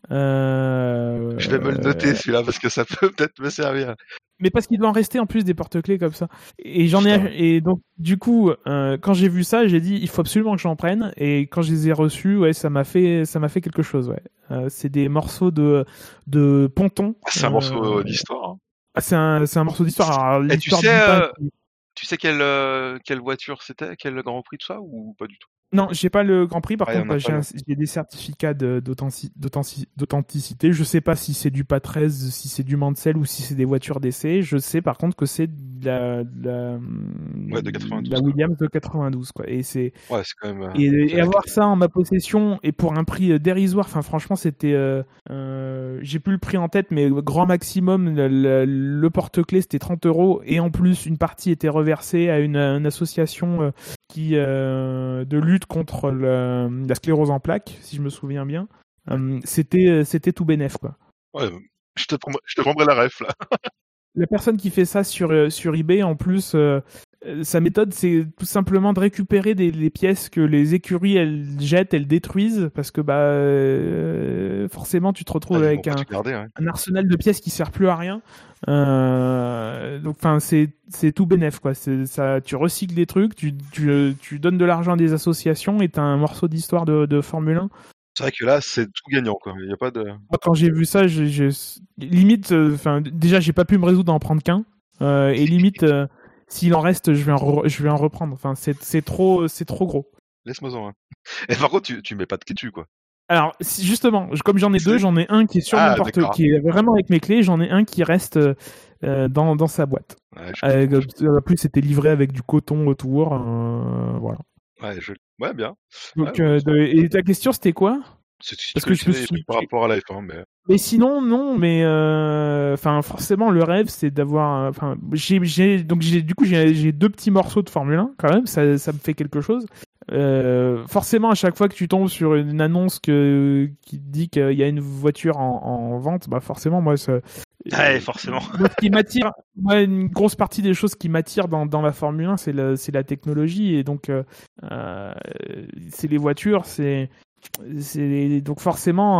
Je vais me le noter celui-là parce que ça peut peut-être me servir. Mais parce qu'il doit en rester en plus des porte-clés comme ça. Et donc du coup, quand j'ai vu ça, j'ai dit il faut absolument que j'en prenne. Et quand je les ai reçus, ouais, ça m'a fait quelque chose. Ouais. C'est des morceaux de ponton. C'est un morceau d'histoire. Hein. Ah, c'est un morceau d'histoire. Alors, et tu sais quelle voiture c'était, quel Grand Prix, tout ça, ou pas du tout? Non, j'ai pas le Grand Prix. Par contre, j'ai des certificats d'authenticité. Je sais pas si c'est du PA13, si c'est du Mansell ou si c'est des voitures d'essai. Je sais par contre que c'est de de 92, la Williams de 92 quoi. Et c'est quand même. Et avoir ça en ma possession et pour un prix dérisoire. Enfin, franchement, c'était. J'ai plus le prix en tête, mais grand maximum, le porte-clés c'était 30 € et en plus une partie était reversée à une association de lutte contre la sclérose en plaques, si je me souviens bien. C'était tout bénef quoi. Ouais, je te prendrai la ref là. La personne qui fait ça sur eBay, en plus, sa méthode, c'est tout simplement de récupérer les pièces que les écuries elles jettent, elles détruisent, parce que forcément tu te retrouves avec un arsenal de pièces qui sert plus à rien. Donc, enfin, c'est tout bénef quoi. Ça, tu recycles des trucs, tu donnes de l'argent à des associations et t'as un morceau d'histoire de Formule 1. C'est vrai que là, c'est tout gagnant, quoi. Il y a pas de. Quand j'ai vu ça, limite, déjà, j'ai pas pu me résoudre à en prendre qu'un. Et limite, s'il en reste, je vais en reprendre. Enfin, c'est trop gros. Laisse-moi-en. Hein. Et par contre, tu mets pas de clé dessus, quoi. Alors, justement, comme j'en ai deux, j'en ai un qui est sur mon porte-clés, qui est vraiment avec mes clés. J'en ai un qui reste dans sa boîte. Ouais, en plus, c'était livré avec du coton autour. Voilà. Ouais, bien. Donc, et ta question, c'était quoi? Parce que je me suis par rapport à la F1, mais sinon, non. Mais forcément, le rêve, c'est d'avoir. J'ai 2 petits morceaux de Formule 1 quand même. Ça me fait quelque chose. Forcément, à chaque fois que tu tombes sur une annonce qui dit qu'il y a une voiture en vente, forcément, moi, ça. Ouais, forcément. Ce qui m'attire, une grosse partie des choses qui m'attirent dans la Formule 1, c'est la technologie et donc c'est les voitures, donc forcément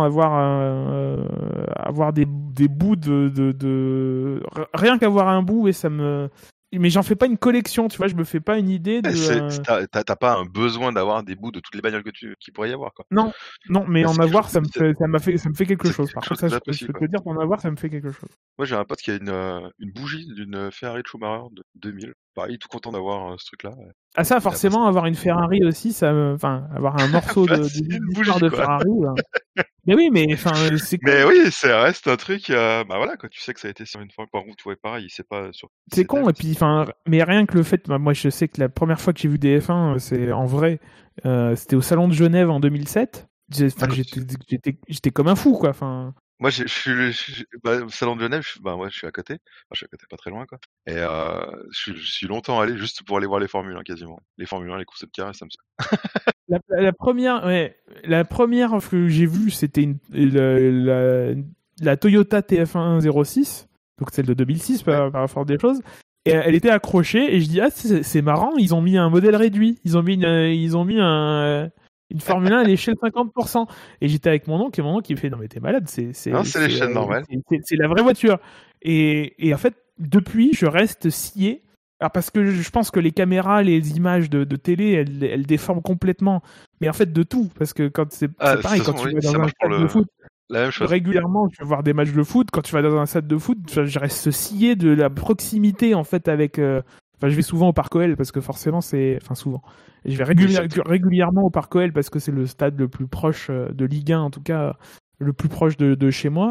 avoir des bouts de rien qu'avoir un bout et ça me mais j'en fais pas une collection, tu vois, je me fais pas une idée de. T'as pas un besoin d'avoir des bouts de toutes les bagnoles qu'il pourrait y avoir, quoi. Non, mais en avoir, ça me fait quelque chose. Par contre, ça, je peux te dire, en avoir, ça me fait quelque chose. Moi, j'ai un pote qui a une bougie d'une Ferrari de Schumacher de 2000. Pareil, tout content d'avoir ce truc-là. Ah ça, forcément, avoir une Ferrari aussi, avoir un morceau d'histoire de Ferrari. Mais oui, mais enfin, c'est. Mais oui, ça reste un truc. Bah voilà, quand tu sais que ça a été sur une fois par contre, tu vois, pareil, c'est pas sur. C'est con, et puis mais rien que le fait, moi je sais que la première fois que j'ai vu des F1, c'est en vrai, c'était au salon de Genève en 2007. J'étais comme un fou, quoi. Enfin. Moi, je suis au salon de Genève. Je suis à côté. Enfin, je suis à côté, pas très loin, quoi. Et je suis longtemps allé juste pour aller voir les Formule 1, quasiment. Les Formule 1, les courses de car, ça me. La première que j'ai vue, c'était la Toyota TF1 06, donc celle de 2006 par la force des choses. Et elle était accrochée et je dis c'est marrant, ils ont mis un modèle réduit, ils ont mis une Formule 1 à l'échelle 50%. Et j'étais avec mon oncle il me fait non mais t'es malade, c'est l'échelle normale. C'est la vraie voiture. Et en fait depuis je reste scié. Alors parce que je pense que les caméras, les images de télé, elles déforment complètement. Mais en fait de tout, parce que quand c'est pareil, quand tu vas dans un stade de foot, la même chose. Régulièrement tu vas voir des matchs de foot. Quand tu vas dans un stade de foot, je reste scié de la proximité en fait avec. Enfin, je vais souvent au Parc OL parce que forcément c'est. Enfin souvent. Et je vais régulièrement au Parc OL parce que c'est le stade le plus proche de Ligue 1, en tout cas le plus proche de chez moi.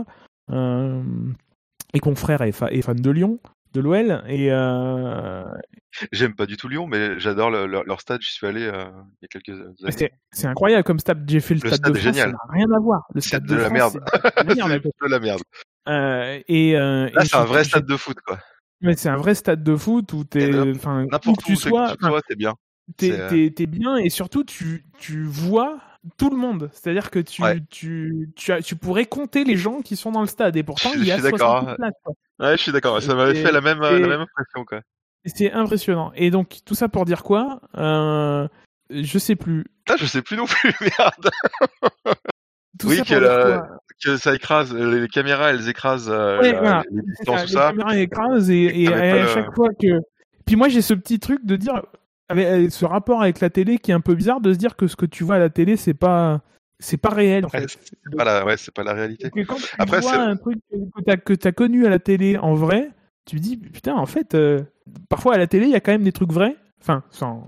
Et que mon frère est fan de Lyon. De l'OL et j'aime pas du tout Lyon, mais j'adore leur stade. J'y suis allé il y a quelques années. C'est incroyable comme stade. J'ai fait le stade de France, génial. Ça n'a rien à voir. Le stade de la merde. C'est de la merde. Là, c'est un vrai stade de foot, quoi. Mais c'est un vrai stade de foot où n'importe où tu sois, t'es bien. T'es bien et surtout tu vois tout le monde. C'est-à-dire que tu pourrais compter les gens qui sont dans le stade et pourtant il y a 60 places. Ouais, je suis d'accord. Ça m'avait fait la même impression, quoi. C'est impressionnant. Et donc tout ça pour dire quoi je sais plus. Je sais plus non plus. Merde. Oui, que ça écrase les caméras, elles écrasent les distances, tout ça. Les caméras écrasent et à chaque fois que. Puis moi j'ai ce petit truc de dire. Avec ce rapport avec la télé qui est un peu bizarre de se dire que ce que tu vois à la télé c'est pas réel en fait. C'est pas la réalité. Quand tu vois un truc que t'as connu à la télé en vrai, tu te dis putain en fait parfois à la télé il y a quand même des trucs vrais. Enfin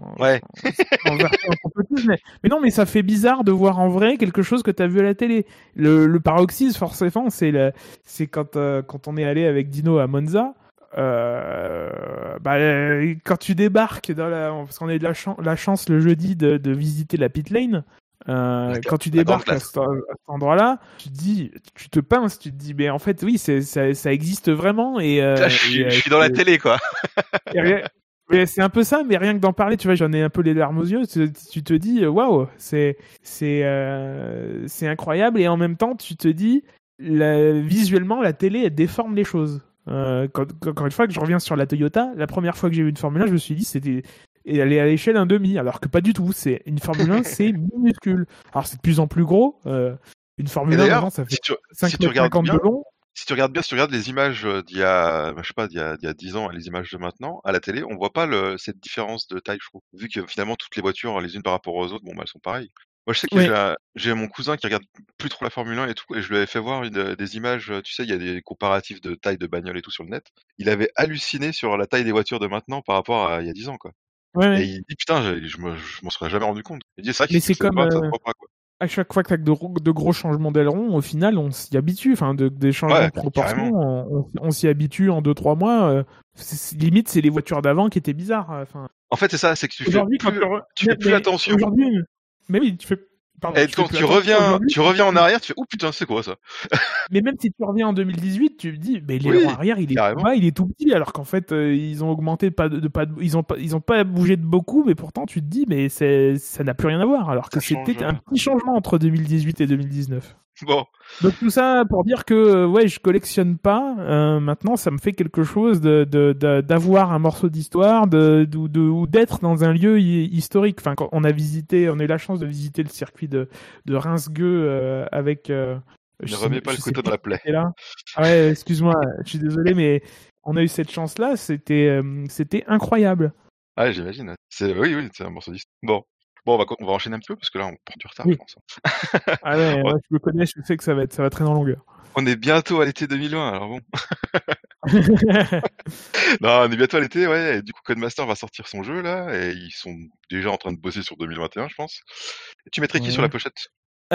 mais non mais ça fait bizarre de voir en vrai quelque chose que t'as vu à la télé. Le paroxysme forcément c'est quand on est allé avec Dino à Monza. Quand tu débarques parce qu'on a eu de la chance le jeudi de visiter la pit lane, quand tu débarques à cet endroit-là, tu te pinces, tu te dis mais en fait oui ça existe vraiment et je suis dans la télé quoi. Mais c'est un peu ça, mais rien que d'en parler, tu vois, j'en ai un peu les larmes aux yeux. Tu te dis waouh, c'est incroyable et en même temps tu te dis visuellement la télé elle déforme les choses. Encore une fois que je reviens sur la Toyota, la première fois que j'ai vu une Formule 1, je me suis dit elle est à l'échelle 1,5, alors que pas du tout. C'est une Formule 1, c'est minuscule. Alors c'est de plus en plus gros. Une Formule 1 maintenant, ça fait 50 de long. Si tu regardes les images d'il y a, je sais pas, d'il y a 10 ans et les images de maintenant, à la télé, on voit pas cette différence de taille, je trouve. Vu que finalement toutes les voitures, les unes par rapport aux autres, elles sont pareilles. Moi, je sais que j'ai mon cousin qui regarde plus trop la Formule 1 et tout, et je lui avais fait voir des images, tu sais, il y a des comparatifs de taille de bagnole et tout sur le net. Il avait halluciné sur la taille des voitures de maintenant par rapport à il y a 10 ans, quoi. Et il dit, putain, je m'en serais jamais rendu compte. Il dit, c'est vrai que c'est comme, ça se voit pas, quoi. À chaque fois que tu as de gros changements d'aileron, au final, on s'y habitue. Enfin, des changements de proportion, on s'y habitue en 2-3 mois. Limite, c'est les voitures d'avant qui étaient bizarres. Enfin, en fait, c'est ça, c'est que tu fais plus attention. Mais oui, tu fais. Pardon, et quand tu reviens en arrière, tu fais, oh putain, c'est quoi ça? Mais même si tu reviens en 2018, tu te dis, mais l'aileron arrière, il est tout petit, alors qu'en fait, ils ont augmenté ils ont pas bougé de beaucoup, mais pourtant, tu te dis, mais ça n'a plus rien à voir, alors que c'était un petit changement entre 2018 et 2019. Bon. Donc tout ça pour dire que je collectionne pas. Maintenant, ça me fait quelque chose d'avoir un morceau d'histoire, ou d'être dans un lieu historique. Enfin, quand on a eu la chance de visiter le circuit de Reims-Gueux avec. Ne remets pas le couteau dans la plaie. Là. Ouais, excuse-moi, je suis désolé, mais on a eu cette chance-là, c'était incroyable. Ah, j'imagine. Oui, c'est un morceau d'histoire. Bon, on va enchaîner un petit peu parce que là, on prend du retard, je pense. Ah ouais, moi, je me connais, je sais que ça va traîner en longueur. On est bientôt à l'été 2020, alors bon. Non, on est bientôt à l'été, ouais. Et du coup, Codemaster va sortir son jeu là, et ils sont déjà en train de bosser sur 2021, je pense. Et tu mettrais qui sur la pochette?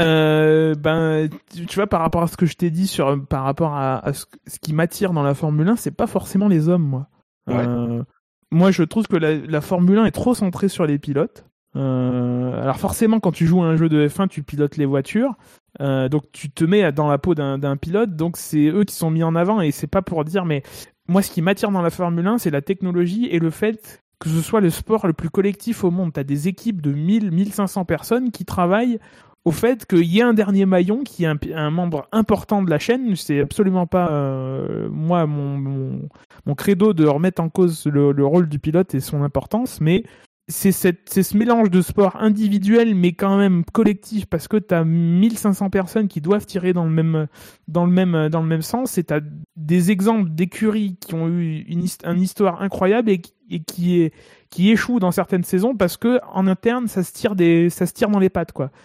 Tu vois, par rapport à ce que je t'ai dit par rapport à ce qui m'attire dans la Formule 1, c'est pas forcément les hommes, moi. Ouais. Moi, je trouve que la Formule 1 est trop centrée sur les pilotes. Alors forcément, quand tu joues à un jeu de F1, tu pilotes les voitures. Donc tu te mets dans la peau d'un pilote. Donc c'est eux qui sont mis en avant, et c'est pas pour dire, mais moi, ce qui m'attire dans la Formule 1, c'est la technologie et le fait que ce soit le sport le plus collectif au monde. T'as des équipes de 1500 personnes qui travaillent au fait qu'il y ait un dernier maillon qui est un membre important de la chaîne. C'est absolument pas moi mon credo de remettre en cause le rôle du pilote et son importance, mais c'est ce mélange de sport individuel mais quand même collectif, parce que t'as 1500 personnes qui doivent tirer dans le même sens, et t'as des exemples d'écuries qui ont eu une histoire incroyable et qui échouent dans certaines saisons parce que en interne ça se tire dans les pattes, quoi.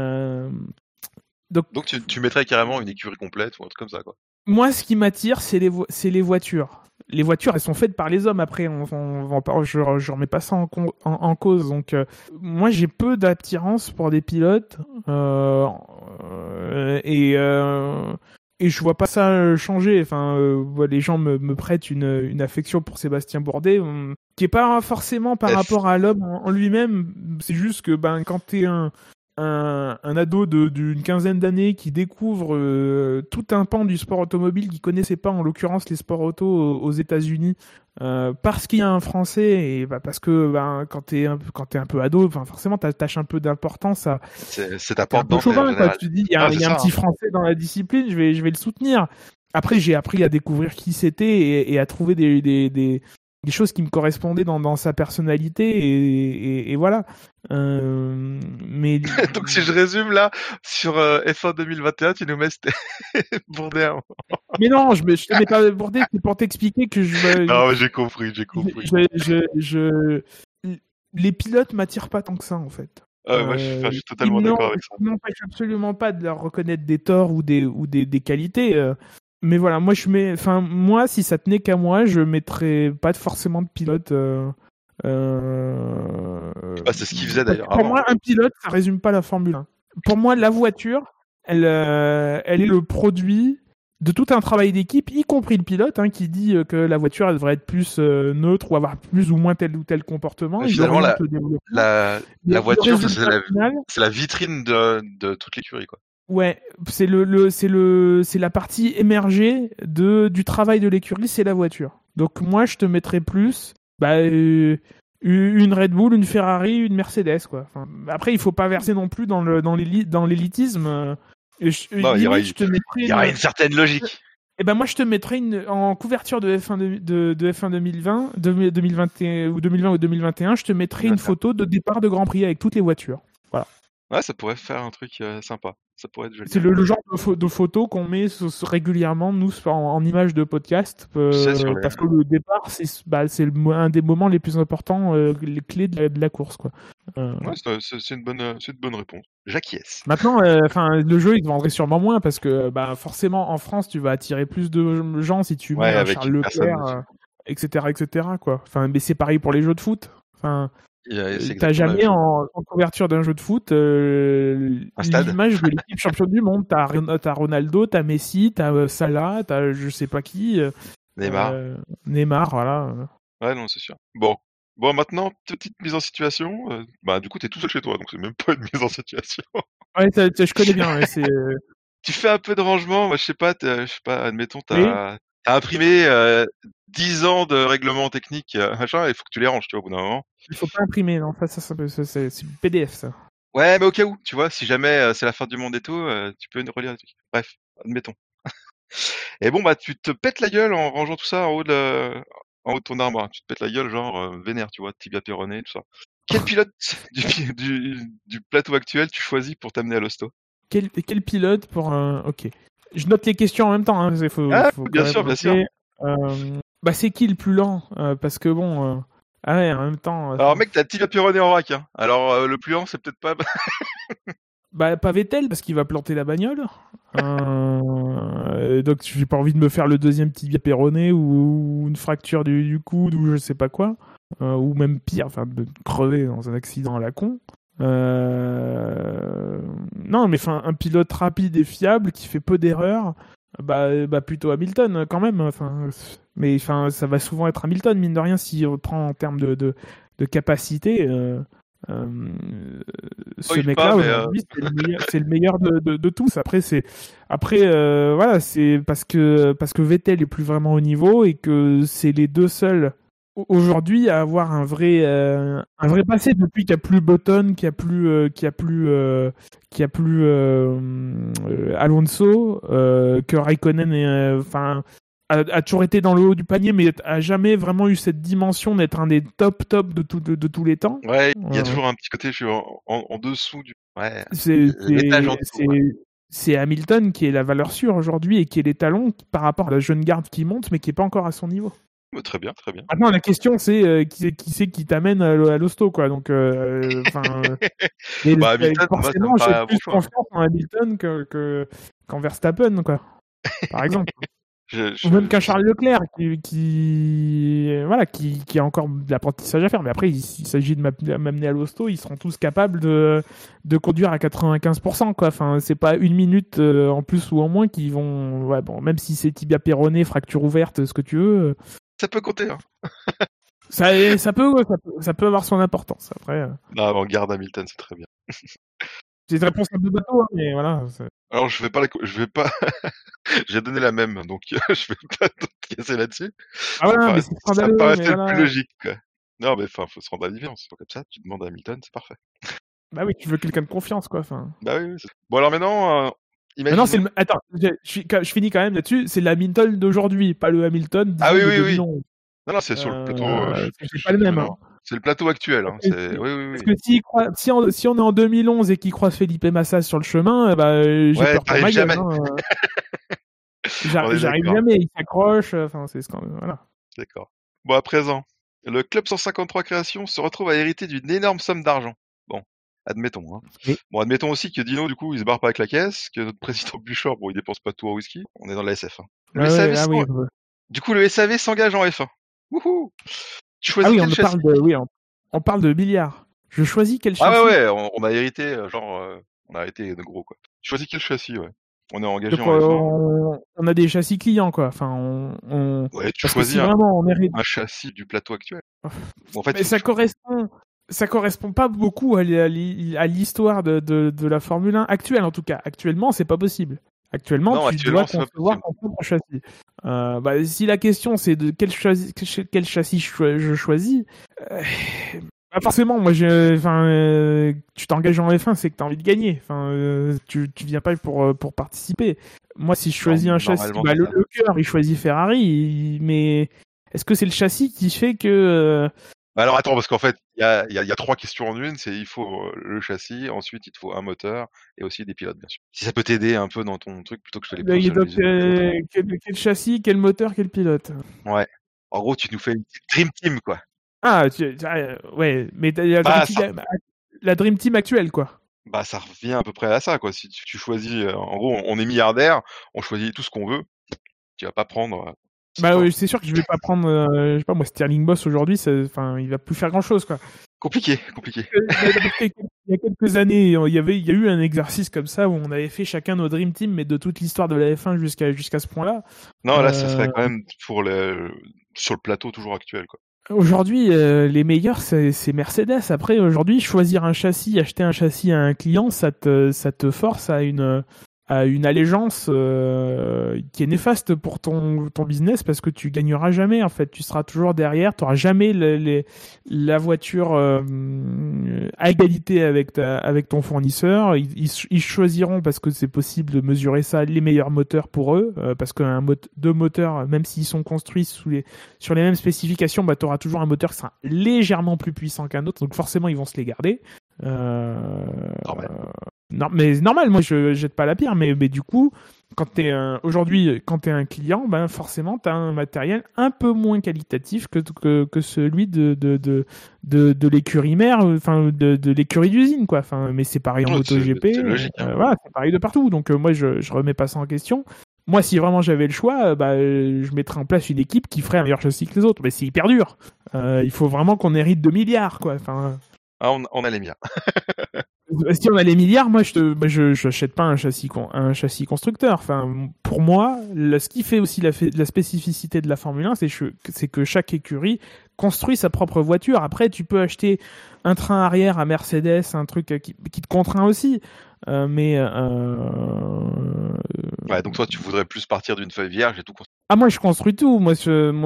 Donc tu mettrais carrément une écurie complète ou un truc comme ça, quoi. Moi, ce qui m'attire, c'est les voitures. Les voitures, elles sont faites par les hommes. Après, je remets pas ça en cause. Donc, moi, j'ai peu d'attirance pour des pilotes, et je vois pas ça changer. Enfin, les gens me prêtent une affection pour Sébastien Bourdet, qui est pas forcément par rapport à l'homme en lui-même. C'est juste que quand t'es un ado d'une quinzaine d'années qui découvre tout un pan du sport automobile qu'il connaissait pas, en l'occurrence les sports auto aux États-Unis, parce qu'il y a un Français, et parce que quand t'es un peu ado, forcément t'attaches un peu d'importance à. C'est ta porte d'entrée. Chauvin, quoi. Tu te dis, il y a un petit Français dans la discipline, je vais le soutenir. Après, j'ai appris à découvrir qui c'était et à trouver des choses qui me correspondaient dans sa personnalité, et voilà. Mais donc si je résume là, sur F1 2021, tu nous mets Bourdet. Mais non, je te mets pas Bourdet, c'est pour t'expliquer que Non, mais j'ai compris. Les pilotes m'attirent pas tant que ça, en fait. Moi, je suis totalement d'accord avec ça. Ils n'empêchent absolument pas de leur reconnaître des torts ou des qualités. Mais voilà, moi, si ça tenait qu'à moi, je mettrais pas forcément de pilote. C'est ce qu'il faisait d'ailleurs. Pour moi, un pilote, ça résume pas la Formule 1. Pour moi, la voiture, elle est le produit de tout un travail d'équipe, y compris le pilote, qui dit que la voiture, elle devrait être plus neutre ou avoir plus ou moins tel ou tel comportement. Finalement, la voiture, c'est la vitrine de toute l'écurie, quoi. Ouais, c'est la partie émergée du travail de l'écurie, c'est la voiture. Donc moi, je te mettrais plus une Red Bull, une Ferrari, une Mercedes, quoi. Après, il faut pas verser non plus dans l'élitisme. Il y aura une certaine logique. Et moi, je te mettrais en couverture de F1 de F1 2020 ou 2021, je te mettrais une photo de départ de Grand Prix avec toutes les voitures. Voilà. Ouais, ça pourrait faire un truc sympa. Ça pourrait être joli. C'est le genre de photos qu'on met régulièrement, nous, en image de podcast, parce que le départ, c'est un des moments les plus importants, les clés de la course, quoi. Ouais, c'est une bonne réponse. J'acquiesce. Maintenant, le jeu, il te vendrait sûrement moins, parce que forcément, en France, tu vas attirer plus de gens si tu mets Charles Leclerc, etc., quoi. Mais c'est pareil pour les jeux de foot. T'as jamais en couverture d'un jeu de foot l'image de l'équipe championne du monde. T'as Ronaldo, t'as Messi, t'as Salah, t'as je sais pas qui. Neymar, voilà. Ouais, non, c'est sûr. Bon, maintenant, petite mise en situation. Du coup, t'es tout seul chez toi, donc c'est même pas une mise en situation. Ouais, je connais bien. Tu fais un peu de rangement. Moi, je sais pas, admettons, t'as imprimé 10 ans de règlements techniques, machin, il faut que tu les ranges, tu vois, au bout d'un moment. Il faut pas imprimer, non, c'est PDF, ça. Ouais, mais au cas où, tu vois, si jamais c'est la fin du monde et tout, tu peux relire des trucs. Bref, admettons. Et bon, tu te pètes la gueule en rangeant tout ça en haut de ton arbre. Hein. Tu te pètes la gueule, genre vénère, tu vois, tibia péroné, tout ça. Quel pilote du plateau actuel tu choisis pour t'amener à l'hosto? Quel pilote pour un... Ok. Je note les questions en même temps. Hein. Bien sûr. Bah c'est qui le plus lent parce que bon. Ah ouais, en même temps. Alors mec, t'as Tibia Pironi en rack. Hein. Alors le plus lent, c'est peut-être pas. Bah pas Vettel parce qu'il va planter la bagnole. Donc j'ai pas envie de me faire le deuxième tibia péroné ou une fracture du coude ou je sais pas quoi. Ou même pire, enfin de crever dans un accident à la con. Non mais enfin un pilote rapide et fiable qui fait peu d'erreurs. Bah plutôt Hamilton quand même. Enfin, mais enfin ça va souvent être Hamilton mine de rien s'il reprend en termes de capacité. Ce mec-là aujourd'hui c'est le meilleur de tous. Après voilà, c'est parce que Vettel est plus vraiment au niveau et que c'est les deux seuls aujourd'hui à avoir un vrai passé depuis qu'il n'y a plus Button, qu'il y a plus Alonso, que Raikkonen a toujours été dans le haut du panier, mais a jamais vraiment eu cette dimension d'être un des top de tous les temps. Ouais, il y a toujours un petit côté, je suis en dessous du. Ouais. C'est Hamilton qui est la valeur sûre aujourd'hui et qui est l'étalon par rapport à la jeune garde qui monte, mais qui est pas encore à son niveau. Très bien, très bien. Maintenant, la question c'est qui c'est qui t'amène à l'hosto, quoi. Donc, Hamilton, forcément, j'ai plus confiance en Hamilton qu'en Verstappen, quoi. Par exemple. Ou même qu'un Charles Leclerc qui a encore de l'apprentissage à faire. Mais après, il s'agit de m'amener à l'hosto, ils seront tous capables de conduire à 95%, quoi. Enfin, c'est pas une minute en plus ou en moins qui vont. Ouais, bon, même si c'est tibia péroné, fracture ouverte, ce que tu veux. Ça peut compter, hein. ça peut avoir son importance. Après. Non, on garde Hamilton, c'est très bien. C'est une réponse un peu bateau, hein, mais voilà. Alors, je vais pas. J'ai donné la même, donc je vais pas te casser là-dessus. Ah ouais, mais c'est scandaleux. Ça me paraissait le plus logique, quoi. Non, mais faut se rendre à la différence. Comme ça, tu demandes à Hamilton, c'est parfait. Bah oui, tu veux quelqu'un de confiance, quoi. Bah oui. Bon, alors maintenant, imagine. Maintenant, attends, je finis quand même là-dessus. C'est l'Hamilton d'aujourd'hui, pas le Hamilton. Ah oui. Non, c'est sur le plateau. C'est pas le même. Hein. C'est le plateau actuel. Hein. Parce que si on est en 2011 et qu'il croise Felipe Massa sur le chemin, j'ai peur pour ma gueule. Hein. J'arrive jamais, il s'accroche. Enfin, c'est voilà. D'accord. Bon, à présent, le Club 153 Création se retrouve à hériter d'une énorme somme d'argent. Bon, admettons. Hein. Oui. Bon, admettons aussi que Dino, du coup, il se barre pas avec la caisse, que notre président Buchor, il dépense pas tout en whisky. On est dans la SF. Hein. Du coup, le SAV s'engage en F1. Wouhou! Tu choisis quel châssis? On parle de milliards. Je choisis quel châssis? Ah ouais, on a hérité, on a hérité de gros, quoi. Tu choisis quel châssis, ouais. On est engagé en F1. On a des châssis clients, quoi. Enfin, Ouais, tu choisis un châssis du plateau actuel. En fait, mais ça correspond pas beaucoup à l'histoire de la Formule 1 actuelle, en tout cas. Actuellement, c'est pas possible. Actuellement, tu dois concevoir ton propre châssis. Si la question c'est de quel châssis je choisis, forcément, moi, tu t'engages en F1, c'est que tu as envie de gagner. Tu viens pas pour participer. Moi, si je choisis un châssis, le cœur, il choisit Ferrari, mais est-ce que c'est le châssis qui fait que... Alors attends, parce qu'en fait, il y a trois questions en une. C'est il faut le châssis, ensuite il te faut un moteur et aussi des pilotes, bien sûr. Si ça peut t'aider un peu dans ton truc, plutôt que je te les pose. Quel châssis, quel moteur, quel pilote? Ouais. En gros, tu nous fais une Dream Team, quoi. Ah, ouais, mais la Dream Team actuelle, quoi. Bah, ça revient à peu près à ça, quoi. Si tu choisis, en gros, on est milliardaire, on choisit tout ce qu'on veut. Tu vas pas prendre. Oui, c'est sûr que je vais pas prendre, je sais pas moi, Stirling Moss aujourd'hui, il va plus faire grand chose, quoi. Compliqué. Il y a quelques années, il y a eu un exercice comme ça où on avait fait chacun nos Dream Team, mais de toute l'histoire de la F1 jusqu'à ce point-là. Non, là, ça serait quand même sur le plateau toujours actuel, quoi. Aujourd'hui, les meilleurs, c'est Mercedes. Après, aujourd'hui, choisir un châssis, acheter un châssis à un client, ça te force à une allégeance qui est néfaste pour ton business parce que tu gagneras jamais, en fait. Tu seras toujours derrière, tu n'auras jamais la voiture à égalité avec ton fournisseur. Ils choisiront, parce que c'est possible de mesurer ça, les meilleurs moteurs pour eux, parce qu'un deux moteurs, même s'ils sont construits sur les mêmes spécifications, tu auras toujours un moteur qui sera légèrement plus puissant qu'un autre, donc forcément ils vont se les garder. Non, mais normal, moi je jette pas la pierre, mais du coup, aujourd'hui, quand t'es un client, ben forcément t'as un matériel un peu moins qualitatif que celui de l'écurie mère, enfin de l'écurie d'usine, quoi. Enfin, mais c'est pareil en MotoGP. C'est logique. Voilà, c'est pareil de partout. Donc moi, je remets pas ça en question. Moi, si vraiment j'avais le choix, je mettrais en place une équipe qui ferait un meilleur châssis que les autres. Mais c'est hyper dur. Il faut vraiment qu'on hérite de milliards, quoi. Enfin. On a les miens. Si on a les milliards, moi je n'achète pas un châssis constructeur. Enfin, pour moi, ce qui fait aussi la spécificité de la Formule 1, c'est que chaque écurie construit sa propre voiture. Après, tu peux acheter un train arrière à Mercedes, un truc qui te contraint aussi. Ouais, donc toi, tu voudrais plus partir d'une feuille vierge et tout construire. Ah, moi je construis tout. Moi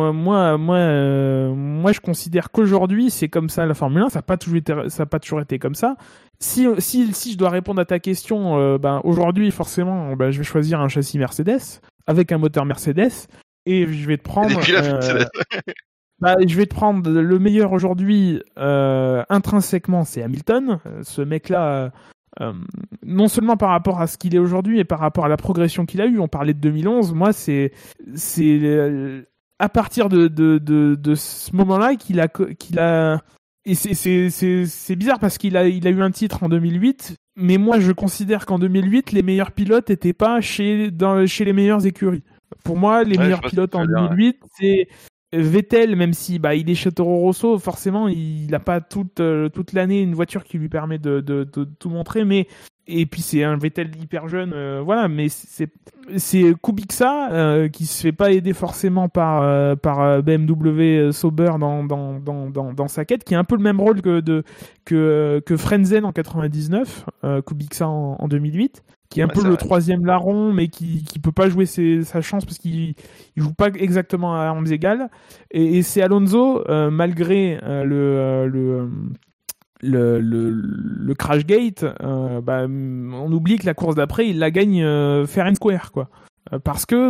je considère qu'aujourd'hui c'est comme ça la Formule 1. Ça n'a pas toujours été comme ça. Si je dois répondre à ta question, aujourd'hui forcément, je vais choisir un châssis Mercedes avec un moteur Mercedes et je vais te prendre. Je vais te prendre le meilleur aujourd'hui. Intrinsèquement, c'est Hamilton. Ce mec-là. Non seulement par rapport à ce qu'il est aujourd'hui et par rapport à la progression qu'il a eue. On parlait de 2011. Moi, c'est à partir de ce moment-là qu'il a et c'est bizarre parce qu'il a eu un titre en 2008. Mais moi, je considère qu'en 2008, les meilleurs pilotes n'étaient pas chez les meilleures écuries. Pour moi, les meilleurs pilotes en 2008, c'est Vettel, même si il est chez Toro Rosso, forcément il n'a pas toute l'année une voiture qui lui permet de tout montrer, et puis c'est un Vettel hyper jeune, voilà, mais c'est Kubica qui se fait pas aider forcément par BMW Sauber dans sa quête, qui a un peu le même rôle que Frenzen en 99, Kubica en 2008. Qui est un peu le troisième larron, mais qui peut pas jouer sa chance parce qu'il joue pas exactement à armes égales. Et c'est Alonso, malgré le Crashgate, on oublie que la course d'après, il la gagne fair and square, quoi. Parce que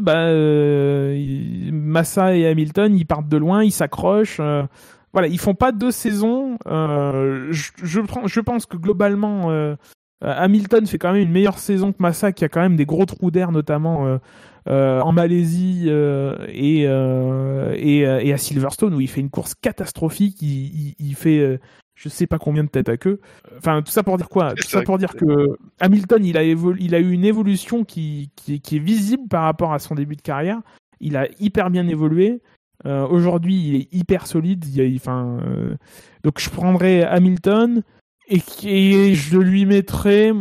Massa et Hamilton, ils partent de loin, ils s'accrochent. Voilà, ils font pas 2 saisons. Je pense que globalement. Hamilton fait quand même une meilleure saison que Massa, qui a quand même des gros trous d'air, notamment en Malaisie et à Silverstone, où il fait une course catastrophique. Il fait je sais pas combien de têtes à queue. Enfin, tout ça pour dire quoi ? Tout ça pour dire que Hamilton, il a eu une évolution qui est visible par rapport à son début de carrière. Il a hyper bien évolué. Aujourd'hui, il est hyper solide. Donc je prendrais Hamilton. Et je lui mettrais...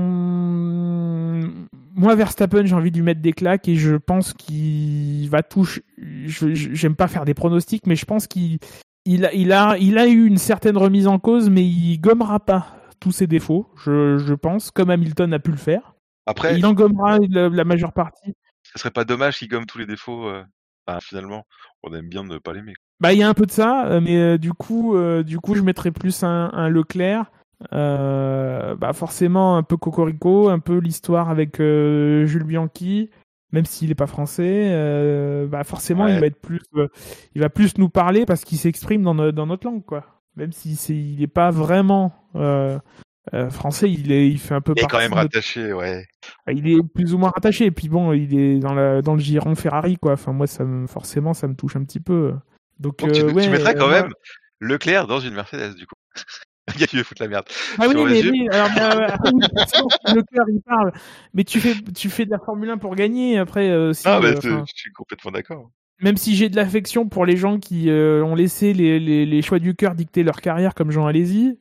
Moi, Verstappen, j'ai envie de lui mettre des claques et je pense qu'il va toucher... J'aime pas faire des pronostics, mais je pense qu'il a eu une certaine remise en cause, mais il gommera pas tous ses défauts, je pense, comme Hamilton a pu le faire. Après, il en gommera la majeure partie. Ce serait pas dommage qu'il gomme tous les défauts finalement, on aime bien ne pas l'aimer. Il y a un peu de ça, mais du coup, je mettrais plus un Leclerc. Forcément un peu Cocorico, un peu l'histoire avec Jules Bianchi, même s'il est pas français, forcément il va plus nous parler parce qu'il s'exprime dans notre langue, quoi. Même si il est pas vraiment français, il fait un peu partie. Il est quand même rattaché, ouais. Il est plus ou moins rattaché, et puis bon, il est dans le giron Ferrari, quoi. Enfin moi forcément ça me touche un petit peu. Donc tu mettrais quand même Leclerc dans une Mercedes, du coup. Le gars qui veut foutre la merde. Ah oui, mais alors, le cœur il parle. Mais tu fais de la Formule 1 pour gagner. Après, je suis complètement d'accord. Même si j'ai de l'affection pour les gens qui ont laissé les choix du cœur dicter leur carrière, comme Jean Alesi,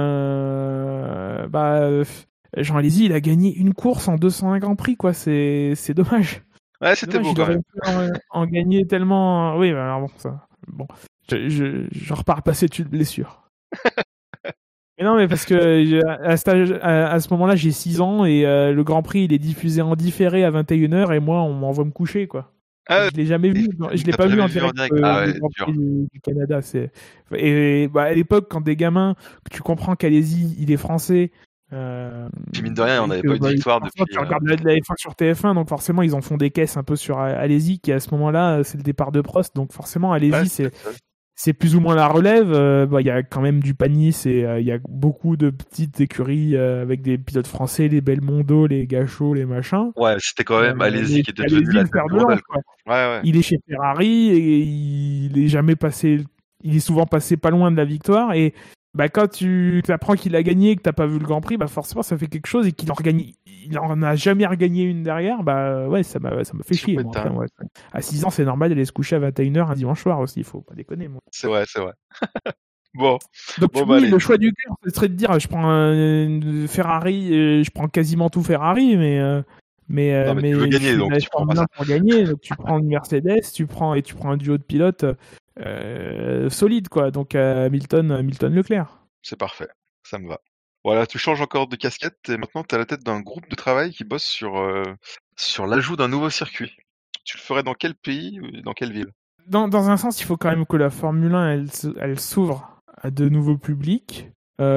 Jean Alesi, il a gagné une course en 201 Grand Prix, quoi. C'est dommage. Ouais, c'était beau quand même. En gagner tellement. Oui, alors bon, ça. Bon, je repars pas cette blessure. Mais non, mais parce que à ce moment-là, j'ai 6 ans et le Grand Prix, il est diffusé en différé à 21h et moi, on m'envoie me coucher, quoi. Je l'ai jamais vu, je l'ai pas vu en direct du Grand Prix du Canada. Et à l'époque, quand des gamins, tu comprends qu'Alesi, il est français. Puis mine de rien, on n'avait pas eu de victoire depuis. Tu regardes la F1 sur TF1, donc forcément, ils en font des caisses un peu sur Alesi, qui à ce moment-là, c'est le départ de Prost, donc forcément, Alesi, c'est plus ou moins la relève. Il y a quand même du Panis et il y a beaucoup de petites écuries avec des pilotes français, les Belmondo, les Gachot, les machins. Ouais, c'était quand même Alesi qui était devenu la tête globale. Ouais. Il est chez Ferrari et il est souvent passé pas loin de la victoire. Et quand tu apprends qu'il a gagné et que t'as pas vu le Grand Prix, forcément ça fait quelque chose, et qu'il en a jamais regagné une derrière, ça m'a fait chier. Moi, après, à 6 ans, c'est normal d'aller se coucher à 21h un dimanche soir aussi, il faut pas déconner. Moi. C'est vrai. Bon. Donc le choix du cœur, ce serait de dire je prends un Ferrari, je prends quasiment tout Ferrari, mais tu veux gagner, donc tu prends pas ça. Pour gagner, donc tu prends une Mercedes, tu prends un duo de pilotes solide, quoi. Donc Hamilton Leclerc. C'est parfait, ça me va. Voilà, tu changes encore de casquette et maintenant tu es à la tête d'un groupe de travail qui bosse sur l'ajout d'un nouveau circuit. Tu le ferais dans quel pays, dans quelle ville? Dans un sens, il faut quand même que la Formule 1 elle s'ouvre à de nouveaux publics.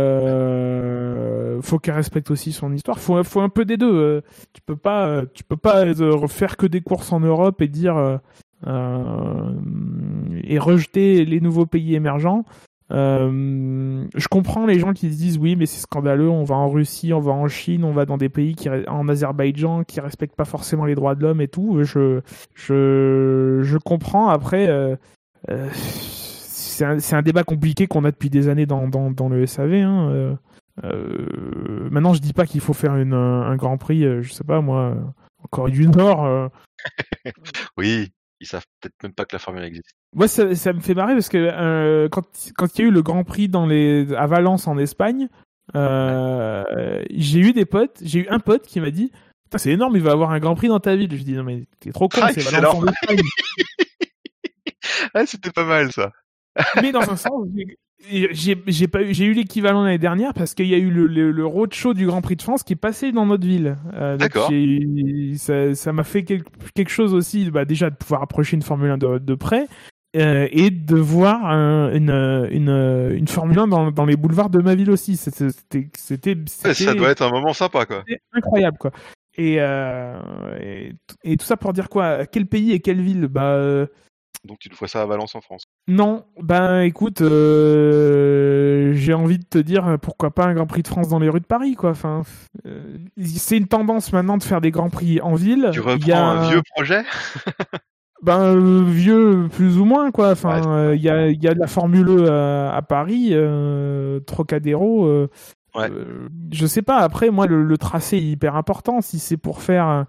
Faut qu'elle respecte aussi son histoire. Faut un peu des deux. Tu peux pas refaire que des courses en Europe et dire et rejeter les nouveaux pays émergents. Je comprends les gens qui se disent oui, mais c'est scandaleux, on va en Russie, on va en Chine, on va dans des pays en Azerbaïdjan qui respectent pas forcément les droits de l'homme et tout. Je comprends. Après, c'est un débat compliqué qu'on a depuis des années dans le SAV. Maintenant, je dis pas qu'il faut faire un Grand Prix, je sais pas moi, en Corée du Nord. Oui. Ils savent peut-être même pas que la Formule 1 existe. Moi, ça me fait marrer parce que quand il y a eu le Grand Prix à Valence en Espagne, j'ai eu un pote qui m'a dit putain, c'est énorme, il va avoir un Grand Prix dans ta ville. Je dis non mais t'es trop con, c'est Valence en Espagne. C'était pas mal ça. Mais dans un sens, j'ai eu l'équivalent l'année dernière parce qu'il y a eu le roadshow du Grand Prix de France qui est passé dans notre ville. D'accord. Ça m'a fait quelque chose aussi, déjà de pouvoir approcher une Formule 1 de près et de voir une Formule 1 dans les boulevards de ma ville aussi. C'était ça doit être un moment sympa, quoi. C'était incroyable, quoi. Et tout ça pour dire quoi? Quel pays et quelle ville? Donc tu te vois ça à Valence en France? Non, écoute, j'ai envie de te dire pourquoi pas un Grand Prix de France dans les rues de Paris, quoi. Enfin, c'est une tendance maintenant de faire des Grands Prix en ville. Tu reprends un vieux projet? Vieux plus ou moins, quoi. Enfin, il y a de la Formule E à Paris, Trocadéro. Je sais pas. Après, moi, le tracé est hyper important. Si c'est pour faire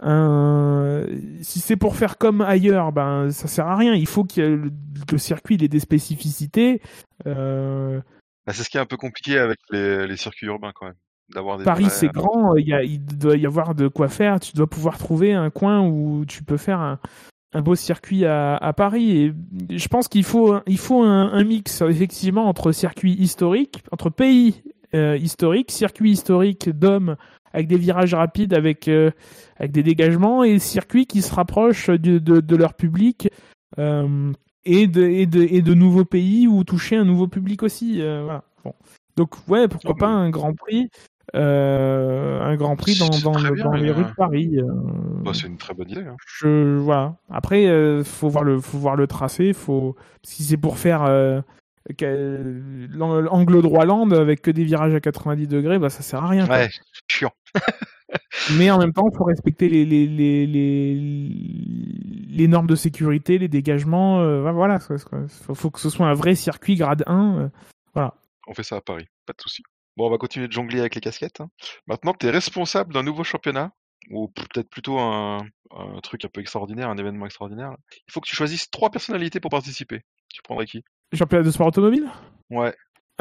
comme ailleurs, ça sert à rien. Il faut que le circuit ait des spécificités. C'est ce qui est un peu compliqué avec les circuits urbains quand même. Paris, c'est grand. Il doit y avoir de quoi faire. Tu dois pouvoir trouver un coin où tu peux faire un beau circuit à Paris. Et je pense qu'il faut un mix effectivement entre circuits historiques, entre pays historiques, circuits historiques d'hommes avec des virages rapides, avec des dégagements, et circuits qui se rapprochent de leur public et de nouveaux pays où toucher un nouveau public aussi. Voilà. Bon. Donc pourquoi pas un Grand Prix dans les rues de Paris. C'est une très bonne idée. Hein. Voilà. Après, faut voir le tracé. Si c'est pour faire l'angle droit land avec que des virages à 90 degrés, ça sert à rien. Ouais, chiant. Mais en même temps, il faut respecter les normes de sécurité, les dégagements. Voilà. Faut que ce soit un vrai circuit grade 1. Voilà. On fait ça à Paris, pas de souci. Bon, on va continuer de jongler avec les casquettes. Hein. Maintenant, tu es responsable d'un nouveau championnat, ou peut-être plutôt un truc un peu extraordinaire, un événement extraordinaire. Il faut que tu choisisses 3 personnalités pour participer. Tu prendrais qui? Championnat de sport automobile? Ouais.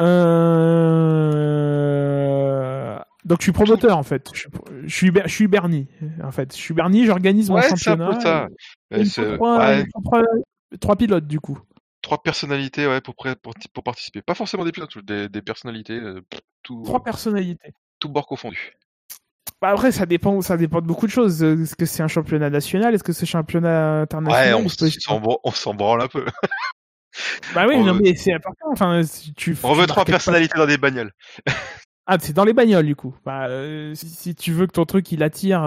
Donc je suis promoteur en fait. Je suis Bernie en fait. Je suis Bernie, j'organise mon championnat. C'est un peu ça. 3 pilotes du coup. 3 personnalités pour participer. Pas forcément des pilotes, des personnalités. 3 personnalités. Tout bord confondu. Après, ça dépend de beaucoup de choses. Est-ce que c'est un championnat national? Est-ce que c'est un championnat international? On s'en branle un peu. Oui, non, mais c'est important. Enfin, on veut 3 personnalités dans des bagnoles. Ah, c'est dans les bagnoles du coup. Si tu veux que ton truc il attire,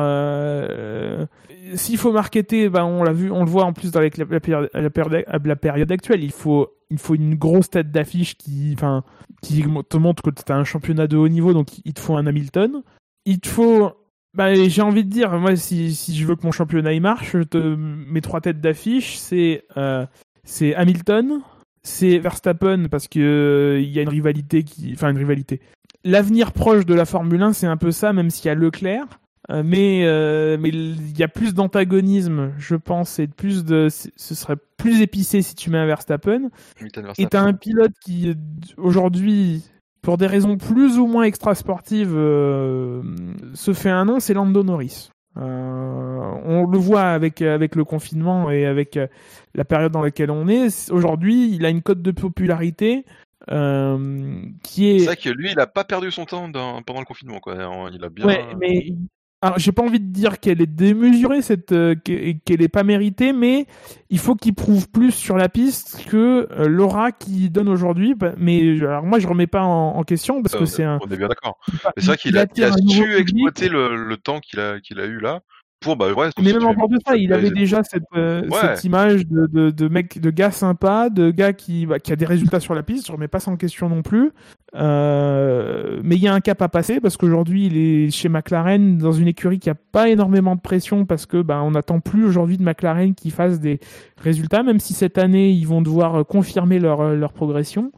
s'il faut marketer, on l'a vu, on le voit en plus dans la période actuelle. Il faut une grosse tête d'affiche qui te montre que tu as un championnat de haut niveau, donc il te faut un Hamilton. Il te faut, j'ai envie de dire, moi si je veux que mon championnat il marche, mes 3 têtes d'affiche, c'est Hamilton, c'est Verstappen parce que il y a une rivalité L'avenir proche de la Formule 1, c'est un peu ça, même s'il y a Leclerc. Mais il y a plus d'antagonisme, je pense, et ce serait plus épicé si tu mets un Verstappen. Et t'as un pilote qui, aujourd'hui, pour des raisons plus ou moins extrasportives, se fait un nom, c'est Lando Norris. On le voit avec le confinement et avec la période dans laquelle on est. Aujourd'hui, il a une cote de popularité qui est... C'est vrai que lui, il a pas perdu son temps pendant le confinement, quoi. Il a bien... Ouais, mais... Alors, j'ai pas envie de dire qu'elle est démesurée, qu'elle est pas méritée, mais il faut qu'il prouve plus sur la piste que l'aura qu'il donne aujourd'hui. Mais alors moi, je remets pas en question parce que c'est un... On est bien d'accord. Mais c'est vrai qu'il a su exploiter le temps qu'il a eu là. Mais même en dehors de ça, il avait déjà cette image de mec, de gars sympa, de gars qui a des résultats sur la piste. Je remets pas ça en question non plus. Mais il y a un cap à passer parce qu'aujourd'hui il est chez McLaren dans une écurie qui a pas énormément de pression parce que on n'attend plus aujourd'hui de McLaren qu'ils fassent des résultats, même si cette année ils vont devoir confirmer leur progression.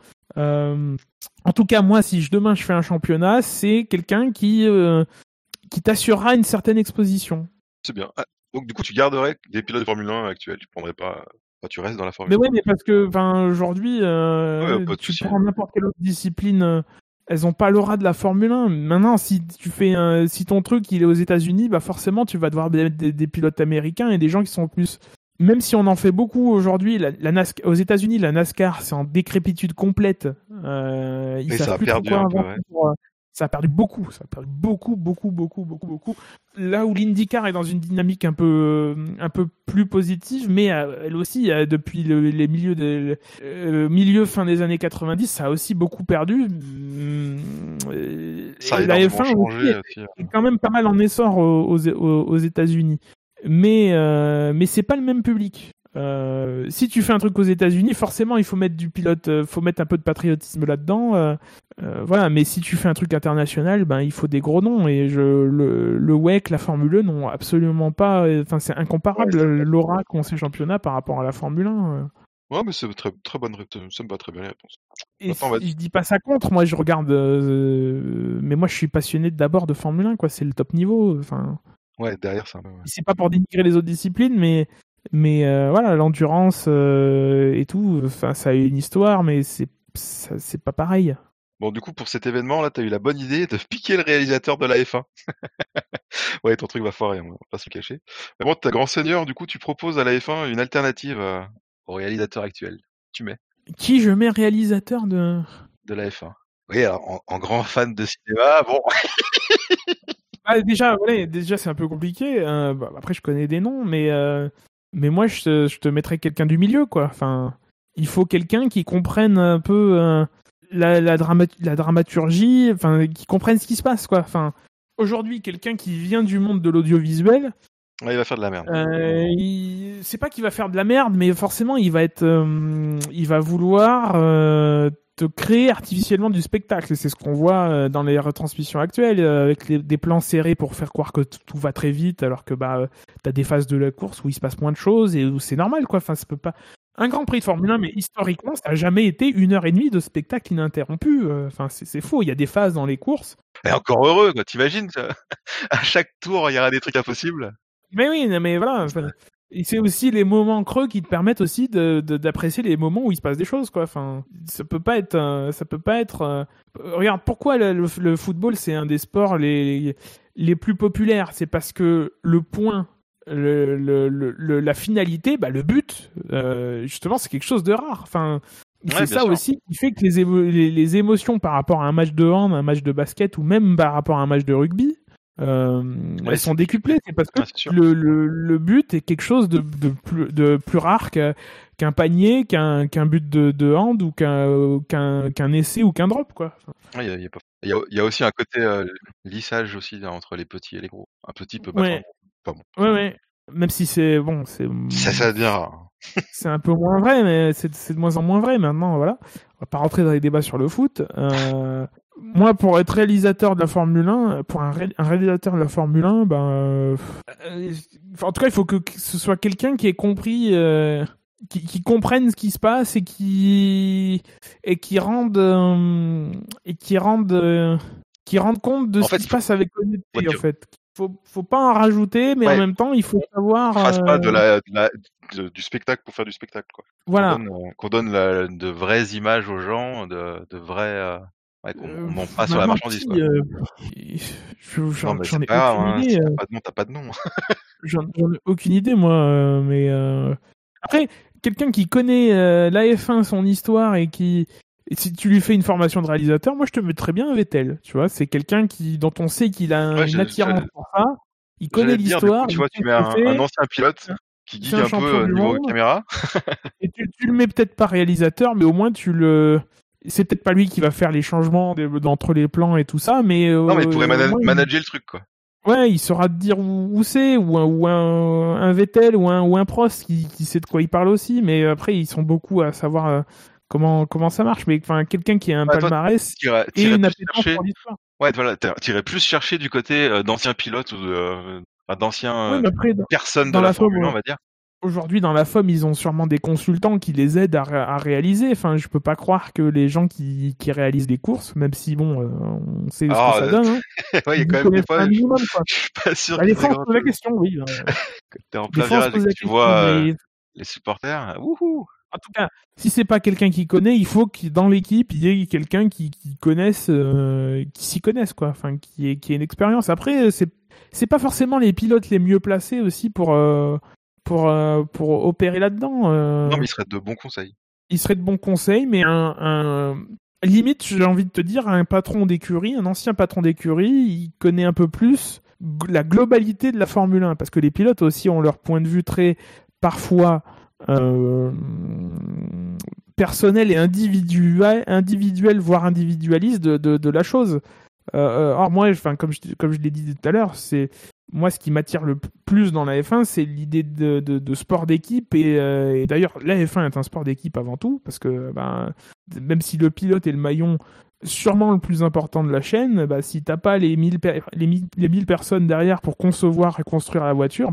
En tout cas, moi, si demain je fais un championnat, c'est quelqu'un qui t'assurera une certaine exposition. C'est bien. Ah, donc du coup, tu garderais des pilotes de Formule 1 actuels, tu prendrais pas... tu restes dans la Formule 1. Mais ouais, mais parce que aujourd'hui, tu prends n'importe quelle autre discipline, elles ont pas l'aura de la Formule 1. Maintenant, si ton truc il est aux États-Unis, forcément tu vas devoir mettre des pilotes américains et des gens qui sont plus... Même si on en fait beaucoup aujourd'hui, aux États-Unis, la NASCAR c'est en décrépitude complète. Ils savent plus trop quoi inventer Ça a perdu beaucoup. Là où l'IndyCar est dans une dynamique un peu plus positive, mais elle aussi, depuis les milieu fin des années 90, ça a aussi beaucoup perdu. La F1 aussi est quand même pas mal en essor aux États-Unis. Mais c'est pas le même public. Si tu fais un truc aux États-Unis, forcément il faut mettre du pilote, faut mettre un peu de patriotisme là-dedans. Voilà, mais si tu fais un truc international, il faut des gros noms et le WEC, la Formule 1 n'ont absolument pas. Enfin, c'est incomparable l'aura qu'ont ces championnats par rapport à la Formule 1. Ouais, mais c'est très très bonne réponse. Ça me va très bien la réponse. Et je dis pas ça contre. Moi, je regarde, mais moi, je suis passionné d'abord de Formule 1, quoi. C'est le top niveau. Enfin. Ouais, derrière ça. Ouais. C'est pas pour dénigrer les autres disciplines, mais voilà, l'endurance et tout, ça a une histoire, mais c'est pas pareil. Bon, du coup, pour cet événement-là, t'as eu la bonne idée de piquer le réalisateur de la F1. Ouais, ton truc va foirer, on va pas se le cacher. Mais bon, t'as grand seigneur, du coup, tu proposes à la F1 une alternative au réalisateur actuel. Tu mets qui je mets réalisateur de la F1? Oui, alors, en grand fan de cinéma, bon... déjà c'est un peu compliqué. Après, je connais des noms, mais moi, je te mettrais quelqu'un du milieu, quoi. Enfin, il faut quelqu'un qui comprenne un peu la dramaturgie, enfin, qui comprenne ce qui se passe, quoi. Enfin, aujourd'hui, quelqu'un qui vient du monde de l'audiovisuel, il va faire de la merde. C'est pas qu'il va faire de la merde, mais forcément, il va vouloir te créer artificiellement du spectacle. C'est ce qu'on voit dans les retransmissions actuelles, avec des plans serrés pour faire croire que tout va très vite, alors que t'as des phases de la course où il se passe moins de choses et où c'est normal, quoi. Enfin, ça peut pas. Un Grand Prix de Formule 1, mais historiquement, ça n'a jamais été 1h30 de spectacle ininterrompu. Enfin, c'est faux. Il y a des phases dans les courses. Et encore heureux, quoi. T'imagines, à chaque tour, il y aura des trucs impossibles. Mais oui, mais voilà. Et c'est aussi les moments creux qui te permettent aussi d'apprécier les moments où il se passe des choses, quoi. Enfin, ça peut pas être. Regarde, pourquoi le football c'est un des sports les plus populaires. C'est parce que le point, la finalité, le but, justement, c'est quelque chose de rare. Enfin, c'est ça aussi qui fait que les émotions par rapport à un match de hand, un match de basket ou même par rapport à un match de rugby, elles sont décuplées. C'est parce que le but est quelque chose de plus rare qu'un panier, qu'un but de hand ou qu'un essai ou qu'un drop, quoi. Il y a aussi un côté lissage aussi entre les petits et les gros. Un petit peut battre un gros. Pas bon. Ouais. Même si c'est bon, ça devient rare. C'est un peu moins vrai, mais c'est de moins en moins vrai maintenant. Voilà. On va pas rentrer dans les débats sur le foot. Moi, pour être réalisateur de la Formule 1, pour un réalisateur de la Formule 1, en tout cas, il faut que ce soit quelqu'un qui ait compris, qui comprenne ce qui se passe et qui rende compte de ce qui se passe avec honnêteté, en fait. Faut pas en rajouter, mais en même temps, il faut savoir. Fasse pas du spectacle pour faire du spectacle, quoi. Voilà. Qu'on donne de vraies images aux gens, de vraies. Qu'on ment pas sur la marchandise, quoi. J'en ai aucune idée. T'as pas de nom. J'en ai aucune idée, moi. Mais après, quelqu'un qui connaît la F1, son histoire et si tu lui fais une formation de réalisateur, moi je te mettrais bien Vettel, tu vois, c'est quelqu'un dont on sait qu'il a une attirance pour ça, il connaît l'histoire. Tu vois, tu mets un ancien pilote qui guide un peu niveau caméra. Et tu le mets peut-être pas réalisateur, mais au moins c'est peut-être pas lui qui va faire les changements entre les plans et tout ça, mais non, mais il pourrait manager le truc, quoi. Ouais, il saura te dire où c'est, ou un Vettel ou un Prost qui sait de quoi il parle aussi, mais après ils sont beaucoup à savoir comment ça marche, mais enfin quelqu'un qui a un palmarès et une appétence pour l'histoire. Ouais, voilà, t'irais plus chercher du côté d'anciens pilotes ou d'anciens personnes de la Formule 1, on va dire. Aujourd'hui, dans la FOM, ils ont sûrement des consultants qui les aident à réaliser. Enfin, je peux pas croire que les gens qui réalisent les courses, même si on sait ce que ça donne. Hein, ouais, il y a quand même des fois. Je suis pas sûr. Les fans se posent la question, oui. T'es en plein virage et que tu vois les supporters. Wouhou. En tout cas, si c'est pas quelqu'un qui connaît, il faut que dans l'équipe il y ait quelqu'un qui connaisse, qui s'y connaisse, quoi. Enfin, qui ait une expérience. Après, c'est pas forcément les pilotes les mieux placés aussi pour opérer là-dedans. Non, mais il serait de bons conseils. Il serait de bons conseils, mais limite, j'ai envie de te dire, un patron d'écurie, un ancien patron d'écurie, il connaît un peu plus la globalité de la Formule 1, parce que les pilotes aussi ont leur point de vue très, parfois, personnel et individuel, voire individualiste de la chose. Or moi, comme je l'ai dit tout à l'heure, c'est moi ce qui m'attire le plus dans la F1, c'est l'idée de sport d'équipe et d'ailleurs la F1 est un sport d'équipe avant tout parce que même si le pilote est le maillon sûrement le plus important de la chaîne, si t'as pas les 1000 personnes derrière pour concevoir et construire la voiture,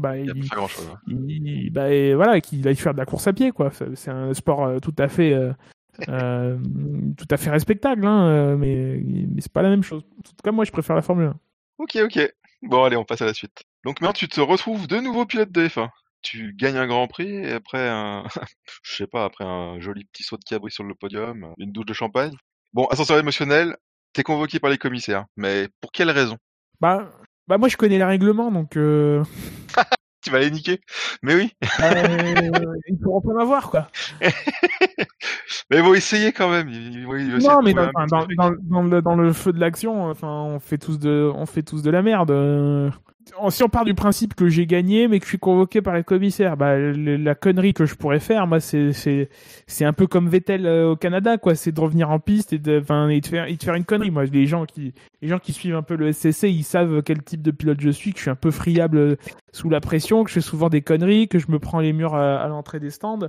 voilà, qu'il aille faire de la course à pied, quoi. C'est un sport tout à fait respectable, hein, mais c'est pas la même chose. En tout cas, moi, je préfère la Formule 1. Ok. Bon, allez, on passe à la suite. Donc maintenant, tu te retrouves de nouveau pilote de F1. Tu gagnes un Grand Prix et après après un joli petit saut de cabri sur le podium, une douche de champagne. Bon, ascenseur émotionnel, t'es convoqué par les commissaires, mais pour quelle raison ? Moi, je connais les règlements, donc... Tu vas les niquer. Mais oui. Ils pourront pas m'avoir, quoi. Mais ils vont essayer quand même. Non, mais dans le feu de l'action, enfin, on fait tous de la merde. Si on part du principe que j'ai gagné, mais que je suis convoqué par les commissaires, la connerie que je pourrais faire, moi, c'est un peu comme Vettel au Canada, quoi. C'est de revenir en piste et de faire une connerie. Moi, les gens qui suivent un peu le SCC, ils savent quel type de pilote je suis, que je suis un peu friable sous la pression, que je fais souvent des conneries, que je me prends les murs à l'entrée des stands.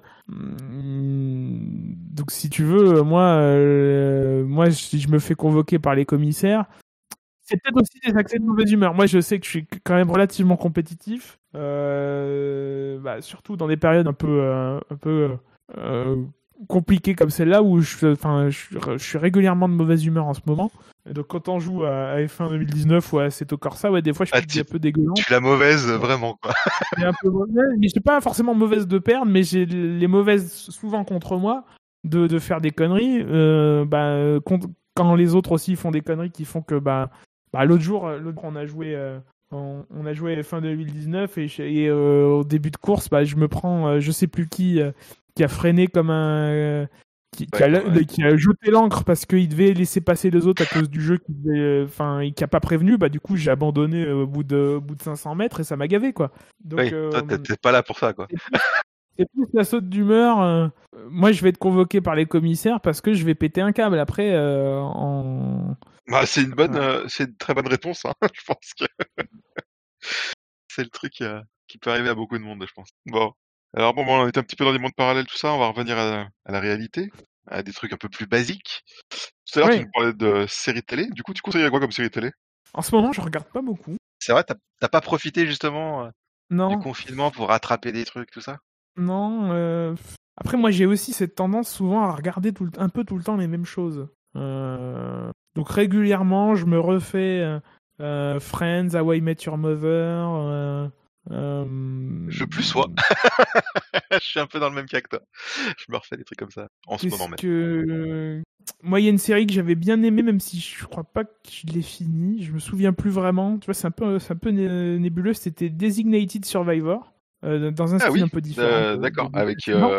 Donc, si tu veux, moi, si je me fais convoquer par les commissaires, c'est peut-être aussi des accès de mauvaise humeur. Moi, je sais que je suis quand même relativement compétitif, surtout dans des périodes un peu compliquées comme celle-là où je suis régulièrement de mauvaise humeur en ce moment. Et donc, quand on joue à F1 2019 ou à Assetto Corsa, des fois, je suis un peu dégueulant. Tu es la mauvaise, vraiment, quoi. Un peu mauvaise, mais je suis pas forcément mauvaise de perdre, mais j'ai les mauvaises souvent contre moi de faire des conneries. Quand les autres aussi font des conneries qui font que l'autre jour on a joué F1 2019 et au début de course je me prends je sais plus qui a freiné comme un qui a jeté l'encre parce qu'il devait laisser passer les autres à cause du jeu qui a pas prévenu, bah du coup j'ai abandonné au bout de 500 mètres et ça m'a gavé quoi. Donc, toi t'es pas là pour ça quoi. C'est plus la saute d'humeur. Moi je vais être convoqué par les commissaires parce que je vais péter un câble après Bah, c'est une très bonne réponse, hein. Je pense que c'est le truc qui peut arriver à beaucoup de monde, je pense. Bon. Alors bon, on était un petit peu dans des mondes parallèles, tout ça, on va revenir à la réalité, à des trucs un peu plus basiques. Tout à l'heure, tu nous parlais de séries télé. Du coup, tu conseillerais quoi comme série télé? En ce moment, je regarde pas beaucoup. C'est vrai, t'as pas profité justement du confinement pour rattraper des trucs, tout ça? Non. Après, moi, j'ai aussi cette tendance souvent à regarder un peu tout le temps les mêmes choses. Donc régulièrement, je me refais Friends, How I Met Your Mother. Je plus sois. Je suis un peu dans le même cas que toi. Je me refais des trucs comme ça en ce moment même. Moi, il y a une série que j'avais bien aimée, même si je crois pas que je l'ai finie. Je me souviens plus vraiment. Tu vois, c'est un peu nébuleux. C'était Designated Survivor, dans un style un peu différent. D'accord. Avec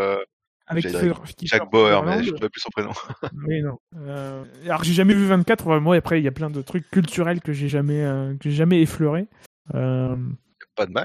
Jack Bauer, mais je ne trouvais plus son prénom. Mais non. Alors, j'ai jamais vu 24. Moi, après, il y a plein de trucs culturels que j'ai jamais effleurés. Pas de mal.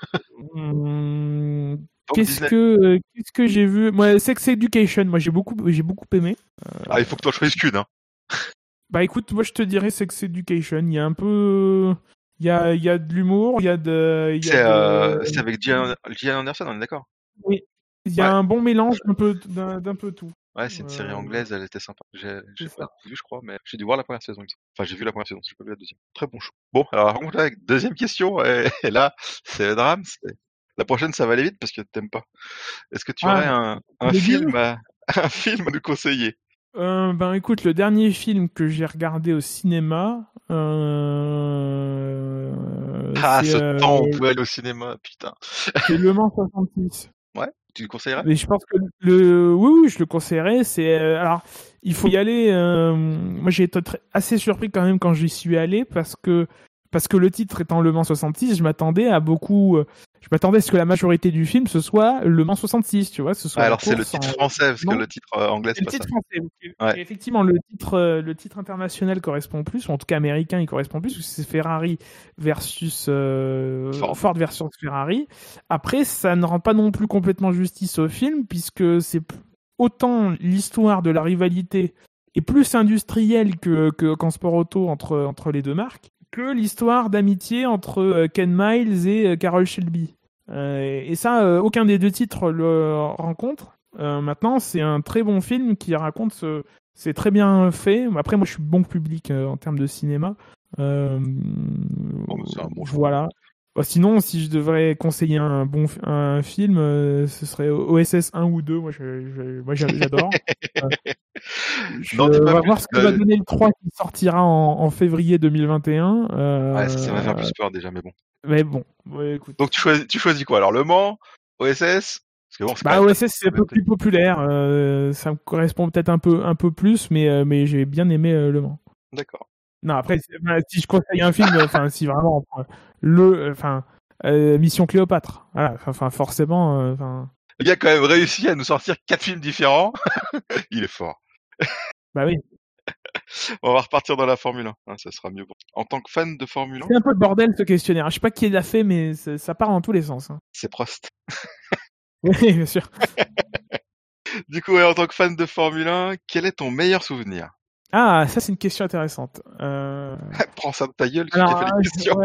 Qu'est-ce que j'ai vu? Moi, Sex Education. Moi, j'ai beaucoup aimé. Il faut que tu en choisisses qu'une. Hein. Bah, écoute, moi, je te dirais Sex Education. Il y a un peu, il y a de l'humour, il y a de. C'est avec Gillian Anderson, on est d'accord? Oui. Il y a un bon mélange d'un peu tout. Ouais, c'est une série anglaise, elle était sympa. J'ai pas vu, je crois, mais j'ai dû voir la première saison. Enfin, j'ai vu la première saison, j'ai pas vu la deuxième. Très bon show. Bon, alors, deuxième question, et là, c'est le drame. La prochaine, ça va aller vite parce que t'aimes pas. Est-ce que tu aurais un film à nous conseiller? Ben écoute, le dernier film que j'ai regardé au cinéma. Ce temps où on pouvait aller au cinéma, putain. C'est Le Mans 66. Ouais, tu le conseillerais? Mais je pense que oui, je le conseillerais. Alors, il faut y aller. Moi, j'ai été assez surpris quand même quand j'y suis allé parce que le titre étant Le Mans 66, je m'attendais à ce que la majorité du film ce soit Le Mans 66, tu vois. Alors c'est le titre français parce que le titre anglais c'est pas ça. Le titre français. Ouais. Effectivement, le titre international correspond plus, ou en tout cas américain, il correspond plus, parce que c'est Ferrari versus Ford versus Ferrari. Après, ça ne rend pas non plus complètement justice au film puisque c'est autant l'histoire de la rivalité est plus industrielle qu'en sport auto entre les deux marques, que l'histoire d'amitié entre Ken Miles et Carroll Shelby. Et ça, aucun des deux titres le rencontre. Maintenant, c'est un très bon film qui raconte c'est très bien fait. Après, moi, je suis bon public en termes de cinéma. C'est un bon voilà. Sinon, si je devrais conseiller un film, ce serait OSS 1 ou 2. Moi, j'adore. On va voir ce que va donner le 3 qui sortira en février 2021. Ouais, ça va faire plus peur déjà, mais bon. Mais bon, ouais, écoute. Donc tu choisis quoi? Alors Le Mans, OSS? Parce que OSS c'est un peu plus populaire. Ça me correspond peut-être un peu plus, mais j'ai bien aimé Le Mans. D'accord. Non, après, si je conseille un film, si vraiment, Mission Cléopâtre. Voilà, forcément. Le gars a quand même réussi à nous sortir 4 films différents. Il est fort. Bah oui. On va repartir dans la Formule 1. Ça sera mieux. En tant que fan de Formule 1. C'est un peu le bordel ce questionnaire. Je sais pas qui l'a fait, mais ça part dans tous les sens. Hein. C'est Prost. Oui, bien sûr. Du coup, en tant que fan de Formule 1, quel est ton meilleur souvenir? Ah, ça c'est une question intéressante. Prends ça de ta gueule, tu t'es fait les questions.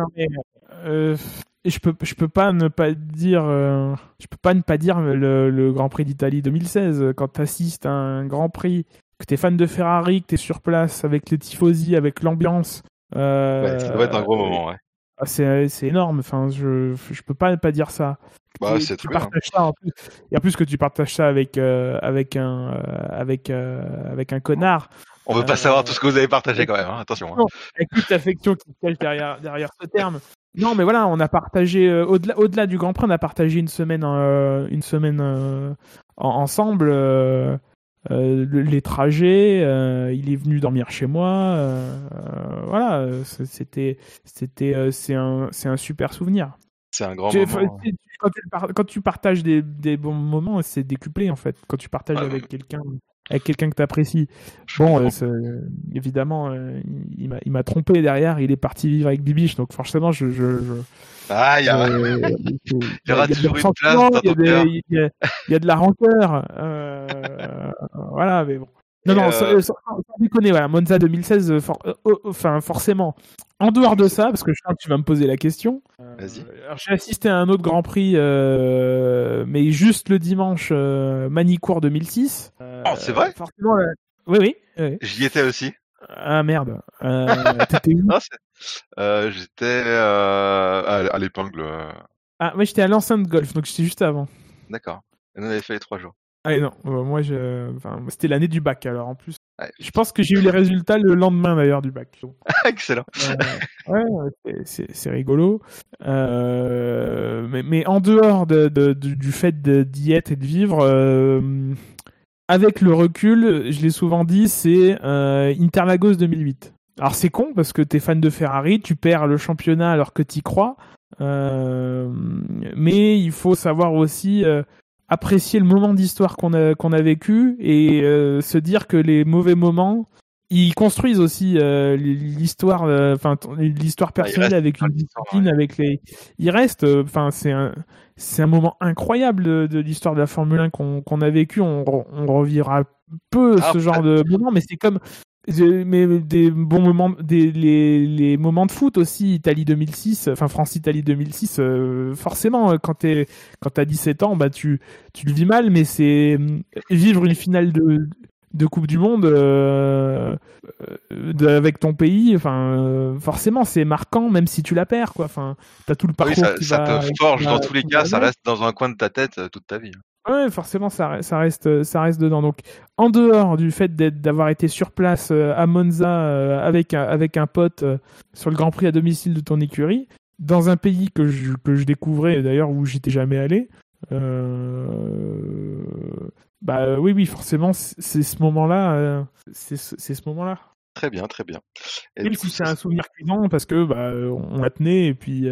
Je peux pas ne pas dire, le Grand Prix d'Italie 2016 quand t'assistes à un Grand Prix, que t'es fan de Ferrari, que t'es sur place avec les tifosi, avec l'ambiance. Ça doit être un gros moment, ouais. C'est énorme. Enfin, je peux pas dire ça. C'est très bien. Ça en plus. Et en plus que tu partages ça avec un connard. On veut pas savoir tout ce que vous avez partagé quand même, hein. Attention. Non, avec toute l'affection qui se cache derrière ce terme. Non, mais voilà, on a partagé au-delà du Grand Prix, on a partagé une semaine ensemble. Les trajets, il est venu dormir chez moi. Voilà, c'est un super souvenir. C'est un grand moment. Quand tu partages des bons moments, c'est décuplé en fait. Quand tu partages avec quelqu'un. avec quelqu'un que t'apprécies. Bon, évidemment, il m'a trompé derrière. Il est parti vivre avec Bibiche, donc forcément, il y aura toujours une place dans ton cœur. Il y a de la rancœur. Voilà, mais bon. Non, sans déconner, voilà, Monza 2016, forcément. En dehors de ça, parce que je sens que tu vas me poser la question. Vas-y. Alors, j'ai assisté à un autre Grand Prix, mais juste le dimanche, Manicourt 2006. C'est vrai? Forcément, oui. J'y étais aussi. Ah merde. T'étais où? J'étais à l'Épingle. Ah, moi j'étais à l'enceinte golf, donc j'étais juste avant. D'accord. On avait fait les 3 jours. Ah non, moi c'était l'année du bac alors en plus. Ouais. Je pense que j'ai eu les résultats le lendemain d'ailleurs du bac. Excellent. C'est rigolo. Mais en dehors du fait d'y être et de vivre, avec le recul, je l'ai souvent dit, c'est Interlagos 2008. Alors c'est con parce que t'es fan de Ferrari, tu perds le championnat alors que t'y crois. Mais il faut savoir aussi apprécier le moment d'histoire qu'on a vécu et se dire que les mauvais moments, ils construisent aussi l'histoire, l'histoire personnelle avec une discipline, avec les. Il reste, c'est un moment incroyable de l'histoire de la Formule 1 qu'on a vécu. On revivra peu ce genre de moment, mais c'est comme. Mais des bons moments, les moments de foot aussi, Italie 2006, France-Italie 2006, forcément, quand t'as 17 ans, bah tu le vis mal, mais c'est vivre une finale de Coupe du Monde avec ton pays, forcément c'est marquant, même si tu la perds, quoi. T'as tout le parcours ça te forge dans tous les cas, ça reste dans un coin de ta tête toute ta vie. Ouais, forcément, ça reste dedans. Donc, en dehors du fait d'avoir été sur place à Monza avec un pote sur le Grand Prix à domicile de ton écurie, dans un pays que je découvrais d'ailleurs où j'étais jamais allé, oui, forcément, c'est ce moment-là. C'est ce moment-là. Très bien, très bien. Et même si c'est un souvenir cuisant parce que on la tenait et puis.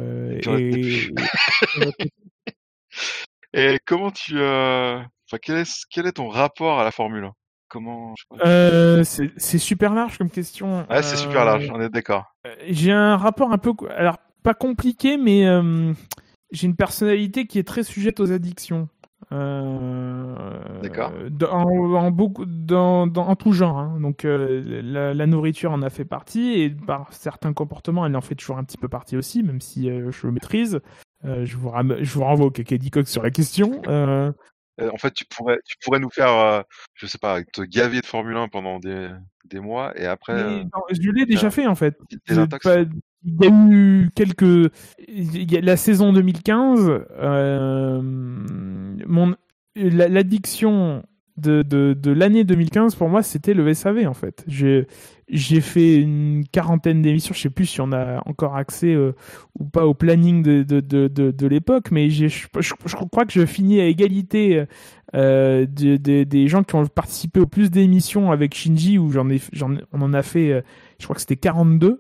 Et comment quel est ton rapport à la Formule 1? Comment c'est super large comme question. Ouais, c'est super large, on est d'accord. J'ai un rapport un peu, alors pas compliqué, mais j'ai une personnalité qui est très sujette aux addictions. D'accord. En tout genre. Hein. Donc la nourriture en a fait partie et par certains comportements, elle en fait toujours un petit peu partie aussi, même si je le maîtrise. Je vous renvoie au Kakadi Cox sur la question. En fait, tu pourrais nous faire, je sais pas, te gaver de Formule 1 pendant des mois et après. Je l'ai déjà fait en fait. Il y a eu la saison 2015. L'addiction de l'année 2015 pour moi c'était le SAV en fait. J'ai fait une quarantaine d'émissions, je sais plus si on a encore accès ou pas au planning de l'époque, mais je crois que je finis à égalité des gens qui ont participé au plus d'émissions avec Shinji, où on en a fait, je crois que c'était 42.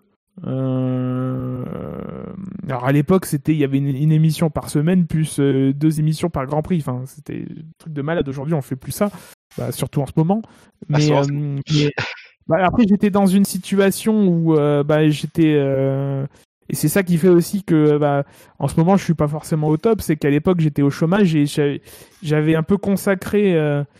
Alors à l'époque il y avait une émission par semaine plus 2 émissions par Grand Prix, c'était un truc de malade. Aujourd'hui on fait plus ça, surtout en ce moment, mais après j'étais dans une situation où j'étais et c'est ça qui fait aussi que en ce moment je suis pas forcément au top, c'est qu'à l'époque j'étais au chômage et j'avais un peu consacré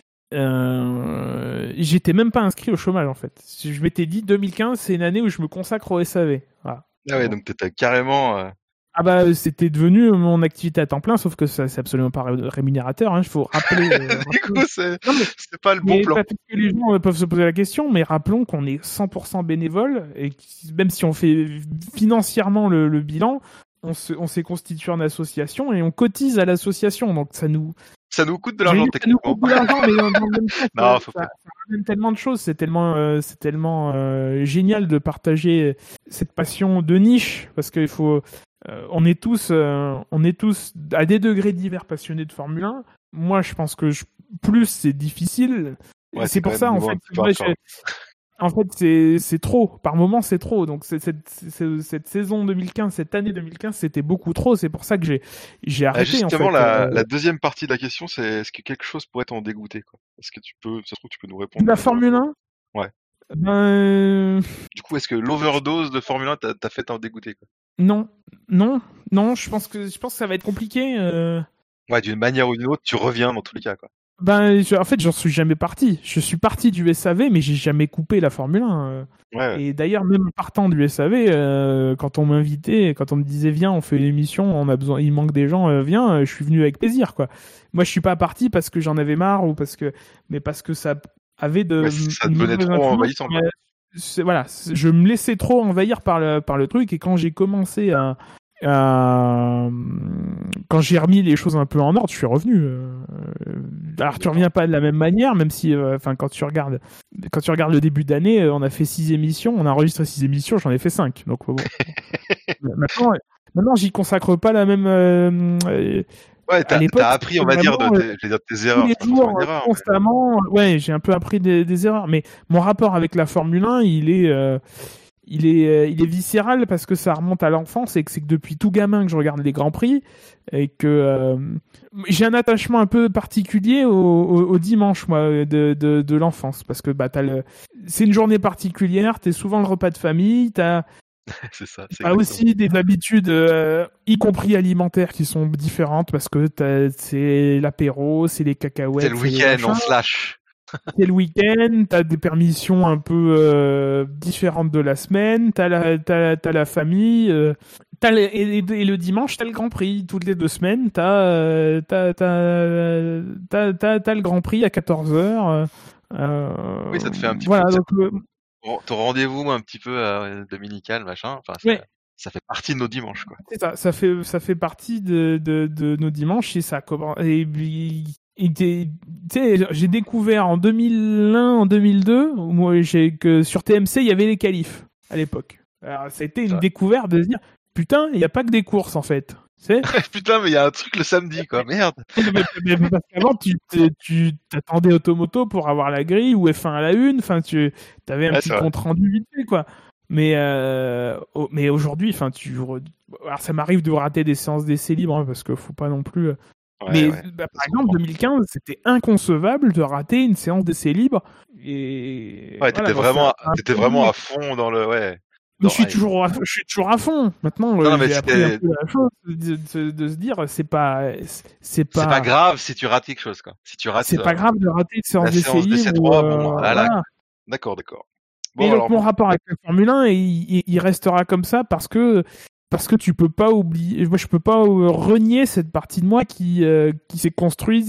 j'étais même pas inscrit au chômage en fait. Je m'étais dit 2015 c'est une année où je me consacre au SAV. Voilà. Ah ouais, donc t'étais carrément. C'était devenu mon activité à temps plein, sauf que ça c'est absolument pas rémunérateur. Hein, il faut rappeler. Du coup, c'est pas le bon plan. Parce que les gens peuvent se poser la question, mais rappelons qu'on est 100% bénévole et même si on fait financièrement le bilan, on s'est constitué en association et on cotise à l'association, donc ça nous coûte de l'argent techniquement. Ça nous coûte de l'argent, mais dans le même temps, non, ça ramène tellement de choses. C'est tellement génial de partager cette passion de niche, parce qu'il faut. On est tous à des degrés divers passionnés de Formule 1. Moi, je pense que plus c'est difficile. Ouais, c'est pour ça, en fait. En fait, c'est trop. Par moment, c'est trop. Donc, cette saison 2015, cette année 2015, c'était beaucoup trop. C'est pour ça que j'ai arrêté. Justement, en fait. la deuxième partie de la question, c'est est-ce que quelque chose pourrait t'en dégoûter, quoi? Est-ce que ça se trouve, tu peux nous répondre? La Formule 1? Ouais. Ben... Du coup, est-ce que l'overdose de Formule 1 t'a fait t'en dégoûter, quoi? Non. Je pense que ça va être compliqué. Ouais, d'une manière ou d'une autre, tu reviens dans tous les cas, quoi. Ben, en fait, j'en suis jamais parti. Je suis parti du SAV, mais j'ai jamais coupé la Formule 1. Ouais. Et d'ailleurs, même partant du SAV, quand on m'invitait, quand on me disait viens, on fait l'émission, on a besoin, il manque des gens, viens, je suis venu avec plaisir, quoi. Moi, je suis pas parti parce que j'en avais marre mais parce que ça avait de. Ouais, ça devenait trop envahissant. Voilà, je me laissais trop envahir par le truc, et quand j'ai commencé quand j'ai remis les choses un peu en ordre, je suis revenu. Alors tu reviens pas de la même manière, même si, quand tu regardes le début d'année, on a fait 6 émissions, on a enregistré 6 émissions, j'en ai fait 5. Donc bon. maintenant, j'y consacre pas la même. Ouais, t'as appris, on va dire, tes erreurs. Tous les jours, constamment. Ouais, j'ai un peu appris des erreurs, mais mon rapport avec la Formule 1, il est viscéral parce que ça remonte à l'enfance, et que c'est que depuis tout gamin que je regarde les Grands Prix, et que j'ai un attachement un peu particulier au dimanche, moi, de l'enfance, parce que c'est une journée particulière, t'es souvent le repas de famille, c'est ça. T'as aussi des habitudes, y compris alimentaires, qui sont différentes, parce que c'est l'apéro, c'est les cacahuètes. C'est le week-end, on se lâche. C'est le week-end, t'as des permissions un peu différentes de la semaine, t'as la famille, et le dimanche t'as le Grand Prix. Toutes les 2 semaines t'as le Grand Prix à 14h. Oui, ça te fait un petit voilà, peu ton rendez-vous un petit peu dominical, machin. Enfin, ça fait partie de nos dimanches, quoi. C'est ça, ça fait partie de nos dimanches, et ça commence. J'ai découvert en 2001, en 2002, moi, que sur TMC, il y avait les qualifs à l'époque. Alors, ça a été une découverte de se dire, putain, il n'y a pas que des courses, en fait. Putain, mais il y a un truc le samedi, quoi. Merde. mais parce qu'avant, tu t'attendais Automoto pour avoir la grille, ou F1 à la une. Enfin, tu avais un petit compte rendu vite fait, quoi. Mais aujourd'hui, alors ça m'arrive de rater des séances d'essai libre, parce qu'il faut pas non plus. Par exemple, 2015, c'était inconcevable de rater une séance d'essai libre. Et t'étais vraiment à fond dans le. Ouais. Je suis toujours à fond. Maintenant, j'ai appris un peu la chose de se dire, c'est pas grave si tu rates quelque chose, quoi. Si tu rates. C'est pas grave de rater une séance d'essai libre. D'accord. Bon, et donc, mon rapport avec la Formule 1, il restera comme ça parce que tu peux pas oublier. Moi, je peux pas renier cette partie de moi qui s'est construite.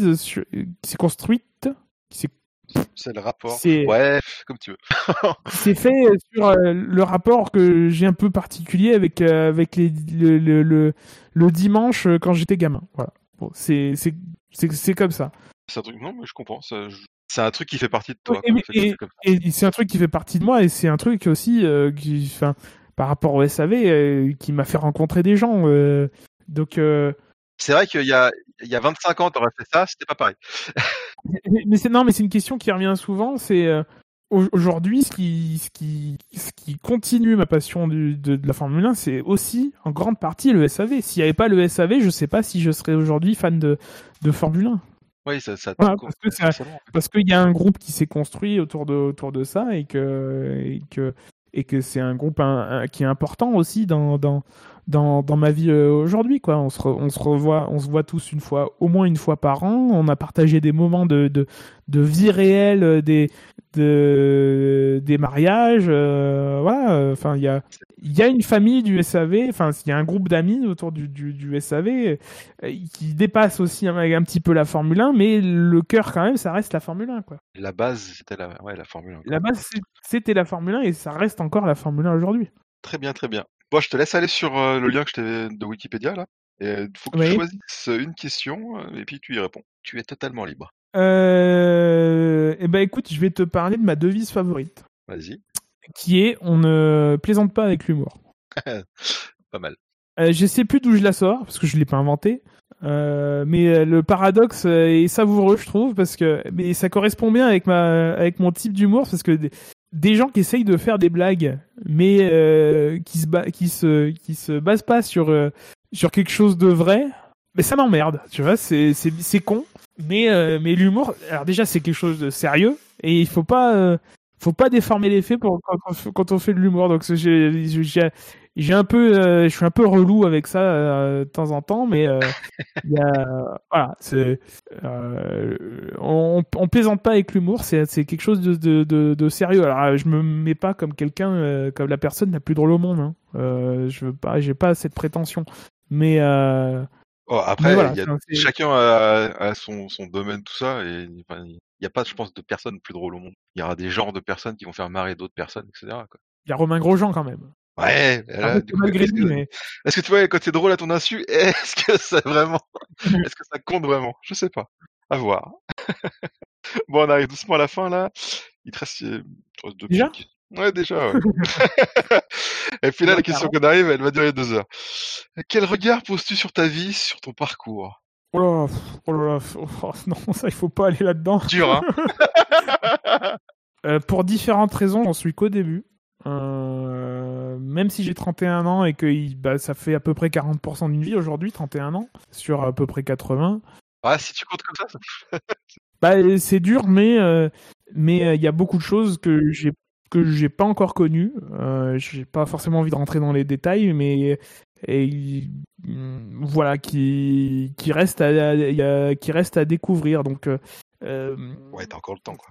C'est le rapport. Ouais, comme tu veux. C'est fait sur le rapport que j'ai un peu particulier avec le dimanche quand j'étais gamin. Voilà. Bon, c'est comme ça. C'est un truc. Non, mais je comprends. C'est un truc qui fait partie de toi. Et c'est un truc qui fait partie de moi, et c'est un truc aussi par rapport au SAV, qui m'a fait rencontrer des gens. Donc. C'est vrai qu'il y a 25 ans, t'aurais fait ça, c'était pas pareil. mais c'est une question qui revient souvent. C'est aujourd'hui ce qui continue ma passion de la Formule 1, c'est aussi en grande partie le SAV. S'il n'y avait pas le SAV, je sais pas si je serais aujourd'hui fan de Formule 1. Oui, parce qu'il y a un groupe qui s'est construit autour de ça, et que c'est un groupe qui est important aussi dans ma vie aujourd'hui, quoi. On se voit tous au moins une fois par an. On a partagé des moments de vie réelle, des mariages, voilà. Enfin, il y a une famille du SAV. Enfin, il y a un groupe d'amis autour du SAV qui dépasse aussi un petit peu la Formule 1, mais le cœur, quand même, ça reste la Formule 1, quoi. La base, c'était la Formule 1. La base, c'était la Formule 1, et ça reste encore la Formule 1 aujourd'hui. Très bien. Bon, je te laisse aller sur le lien que je t'ai de Wikipédia, là. Il faut que tu choisisses une question, et puis tu y réponds. Tu es totalement libre. Écoute, je vais te parler de ma devise favorite. Vas-y. Qui est, on ne plaisante pas avec l'humour. Pas mal. Je sais plus d'où je la sors, parce que je l'ai pas inventé. Mais le paradoxe est savoureux, je trouve, mais ça correspond bien avec mon type d'humour, parce que des gens qui essayent de faire des blagues, mais qui se basent pas sur quelque chose de vrai, mais ça m'emmerde, tu vois, c'est con, mais l'humour, alors déjà c'est quelque chose de sérieux et il faut pas déformer les faits quand on fait de l'humour. Donc j'ai un peu, je suis un peu relou avec ça de temps en temps, mais voilà, on plaisante pas avec l'humour, c'est quelque chose de sérieux. Alors je me mets pas comme quelqu'un, comme la personne la plus drôle au monde, hein. J'ai pas cette prétention, mais après, voilà, chacun a son domaine, tout ça, et il y a pas, je pense, de personnes plus drôles au monde. Il y aura des genres de personnes qui vont faire marrer d'autres personnes, etc., quoi. Il y a Romain Grosjean quand même. Ouais, là, du coup, est-ce que tu vois, quand t'es drôle à ton insu, est-ce que ça compte vraiment? Je sais pas. À voir. Bon, on arrive doucement à la fin, là. Il te reste 2 déjà? Ouais, déjà, ouais. Et puis là, la question qu'on arrive, elle va durer 2 heures. Quel regard poses-tu sur ta vie, sur ton parcours? Oh là, non, ça, il faut pas aller là-dedans. Dur, hein? Pour différentes raisons, j'en suis qu'au début. Même si j'ai 31 ans et que ça fait à peu près 40% d'une vie aujourd'hui, 31 ans, sur à peu près 80. Ah, si tu comptes comme ça... c'est dur, mais il y a beaucoup de choses que j'ai pas encore connues. J'ai pas forcément envie de rentrer dans les détails, mais voilà, qui reste à découvrir. Donc ouais, t'as encore le temps, quoi.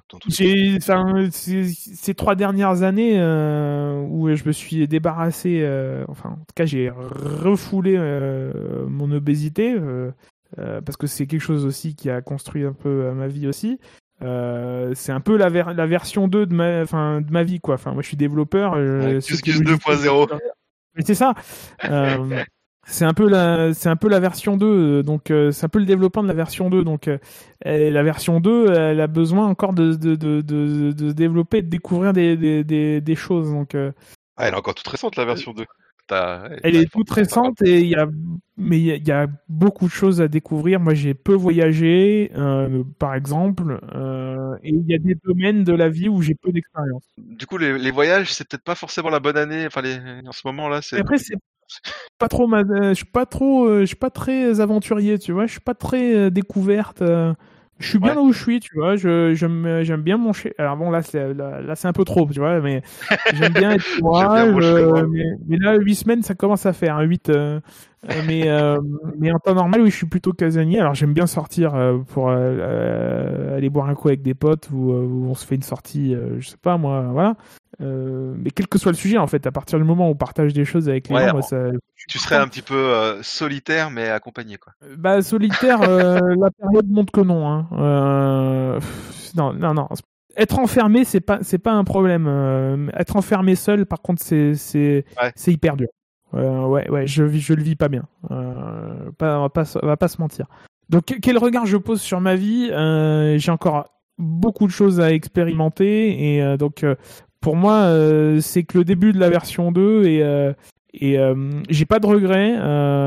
Ces 3 dernières années où je me suis débarrassé, en tout cas j'ai refoulé mon obésité, parce que c'est quelque chose aussi qui a construit un peu ma vie aussi. C'est un peu la version 2 de ma vie, quoi. Moi je suis développeur. Excuse 2.0. Mais c'est ça. C'est un peu la version 2, donc c'est un peu le développement de la version 2. Donc la version 2, elle a besoin encore de se développer, de découvrir des choses. Donc elle est encore toute récente, la version 2. Elle est toute récente et il y a beaucoup de choses à découvrir. Moi, j'ai peu voyagé, par exemple, et il y a des domaines de la vie où j'ai peu d'expérience. Du coup, les voyages, c'est peut-être pas forcément la bonne année. Enfin, en ce moment-là, c'est. Après, c'est pas trop. Je suis pas très aventurier, tu vois. Je suis pas très découverte. Je suis bien là où je suis, tu vois. J'aime bien mon chez. Alors bon, là c'est un peu trop, tu vois, mais j'aime bien être courage. Mais là, 8 semaines, ça commence à faire 8. Mais en temps normal, oui, je suis plutôt casanier. Alors j'aime bien sortir pour aller boire un coup avec des potes où on se fait une sortie, je sais pas moi, voilà. Mais quel que soit le sujet, en fait, à partir du moment où on partage des choses avec les gens, moi, tu serais un petit peu solitaire, mais accompagné, quoi. Solitaire, la période montre que non. Hein. Non. Être enfermé, c'est pas un problème. Être enfermé seul, par contre, c'est hyper dur. Ouais, je le vis pas bien. On va pas se mentir. Donc, quel regard je pose sur ma vie? J'ai encore beaucoup de choses à expérimenter et donc pour moi, c'est que le début de la version 2 et j'ai pas de regrets.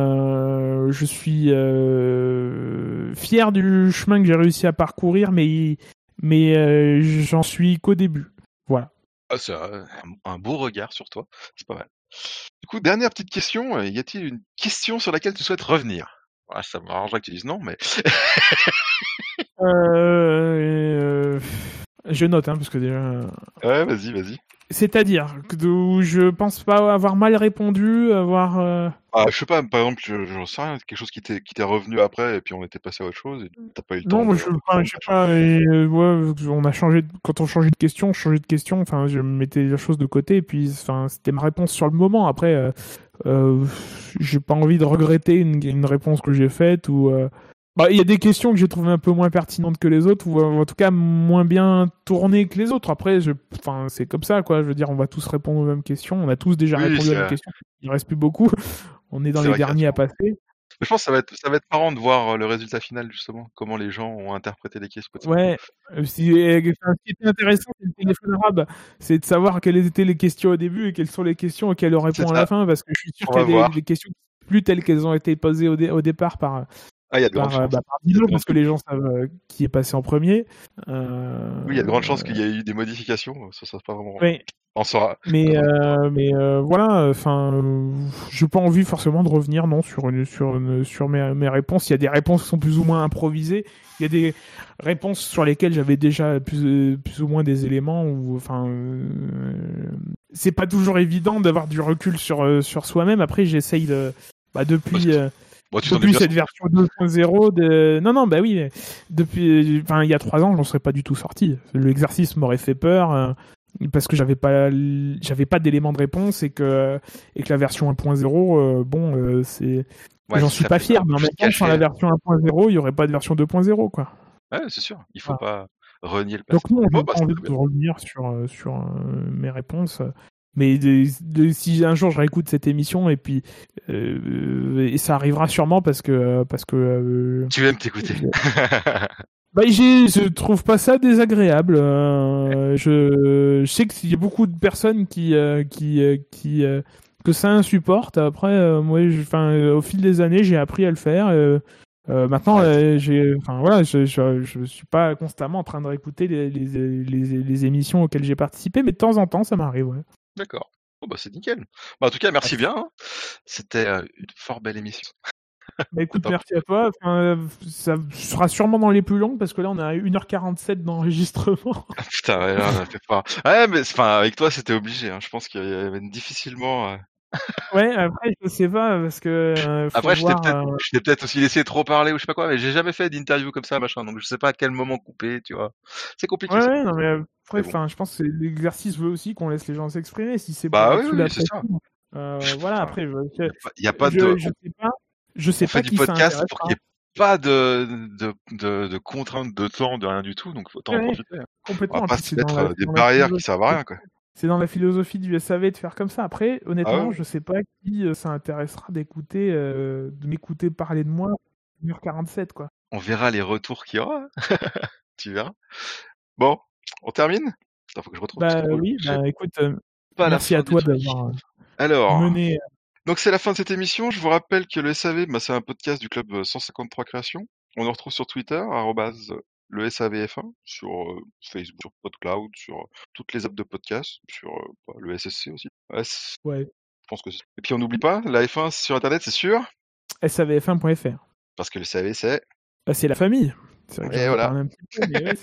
Je suis fier du chemin que j'ai réussi à parcourir, mais j'en suis qu'au début. Voilà. C'est un beau regard sur toi. C'est pas mal. Du coup, dernière petite question. Y a-t-il une question sur laquelle tu souhaites revenir? Ça m'arrangerait que tu dises non, mais... Je note, hein, parce que déjà... Ouais, vas-y. C'est-à-dire où je pense pas avoir mal répondu, avoir... je sais pas, par exemple, j'en sais rien, quelque chose qui t'est revenu après, et puis on était passé à autre chose, et t'as pas eu le temps. Non, je sais pas, on a changé, quand on changeait de question, enfin, je mettais les choses de côté, et puis, enfin, c'était ma réponse sur le moment. Après, j'ai pas envie de regretter une réponse que j'ai faite, ou... il y a des questions que j'ai trouvées un peu moins pertinentes que les autres, ou en tout cas moins bien tournées que les autres. Après, c'est comme ça, quoi. Je veux dire, on va tous répondre aux mêmes questions. On a tous déjà répondu à la même question. Il reste plus beaucoup. On est dans les derniers à passer. Je pense que ça va être marrant de voir le résultat final, justement. Comment les gens ont interprété les questions. Ouais. Ce qui était intéressant, c'est le téléphone arabe. C'est de savoir quelles étaient les questions au début et quelles sont les questions auxquelles on répond à la fin. Parce que je suis sûr qu'il y a des questions plus telles qu'elles ont été posées au départ par Ah, il y a de grandes chances. Par Dino, parce que les gens savent qui est passé en premier. Oui, il y a de grandes chances qu'il y ait eu des modifications. Ça sera pas vraiment. Oui. On saura. Mais voilà, enfin, j'ai pas envie forcément de revenir sur mes réponses. Il y a des réponses qui sont plus ou moins improvisées. Il y a des réponses sur lesquelles j'avais déjà plus ou moins des éléments. C'est pas toujours évident d'avoir du recul sur soi-même. Après, j'essaye depuis cette version 2.0 non, bah oui, depuis, il y a 3 ans, j'en serais pas du tout sorti. L'exercice m'aurait fait peur. Parce que j'avais pas d'éléments de réponse et que la version 1.0 c'est j'en suis pas fier, mais en même temps sans la version 1.0 il y aurait pas de version 2.0 quoi. Ouais, c'est sûr, il faut pas renier le passé. Donc non, j'ai pas envie de revenir sur mes réponses, mais si un jour je réécoute cette émission et puis et ça arrivera sûrement parce que tu aimes t'écouter. Je trouve pas ça désagréable. Je sais qu'il y a beaucoup de personnes que ça insupporte. Après, moi, au fil des années, j'ai appris à le faire. Maintenant, je suis pas constamment en train de réécouter les émissions auxquelles j'ai participé, mais de temps en temps, ça m'arrive. Ouais. D'accord. Bon, c'est nickel. En tout cas, merci bien. Hein. C'était une fort belle émission. Bah écoute, merci à toi. Ça sera sûrement dans les plus longues parce que là on a 1h47 d'enregistrement. Putain, ouais, là, on a fait pas. Ouais, mais avec toi c'était obligé. Hein. Je pense qu'il y avait difficilement. Ouais, après je sais pas parce que. Après, je t'ai peut-être aussi laissé trop parler ou je sais pas quoi, mais j'ai jamais fait d'interview comme ça, machin. Donc je sais pas à quel moment couper, tu vois. C'est compliqué. Ouais, non mais après, je pense que l'exercice veut aussi qu'on laisse les gens s'exprimer. Si c'est c'est ça. Voilà, après. Il y a pas de. Je sais pas qui podcast pour qu'il n'y ait pas de contraintes de temps, de rien du tout, donc faut en profiter. Complètement. On va pas se mettre des barrières qui servent à rien, quoi. C'est dans la philosophie du SAV de faire comme ça. Après, honnêtement, je sais pas qui ça intéressera de m'écouter parler de moi 1h47, quoi. On verra les retours qu'il y aura. Tu verras. Bon, on termine? Attends, faut que je retrouve. Écoute, merci à toi d'avoir mené. Donc c'est la fin de cette émission. Je vous rappelle que le SAV, c'est un podcast du club 153 Création. On nous retrouve sur Twitter, le SAVF1, sur Facebook, sur PodCloud, sur toutes les apps de podcast, sur le SSC aussi. Ouais. Je pense que c'est... Et puis on n'oublie pas, la F1 sur Internet, c'est sûr savf1.fr. Parce que le SAV, c'est... c'est la famille. C'est vrai que j'en ai parlé un petit peu,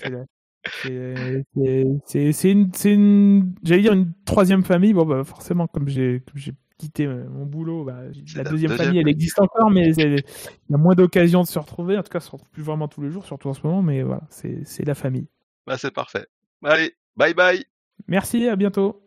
mais c'est une j'allais dire une troisième famille. Bon, forcément, comme j'ai quitté mon boulot, la deuxième famille, elle existe encore, mais il y a moins d'occasions de se retrouver. En tout cas, on se retrouve plus vraiment tous les jours, surtout en ce moment, mais voilà, c'est la famille. C'est parfait. Allez, bye bye. Merci, à bientôt.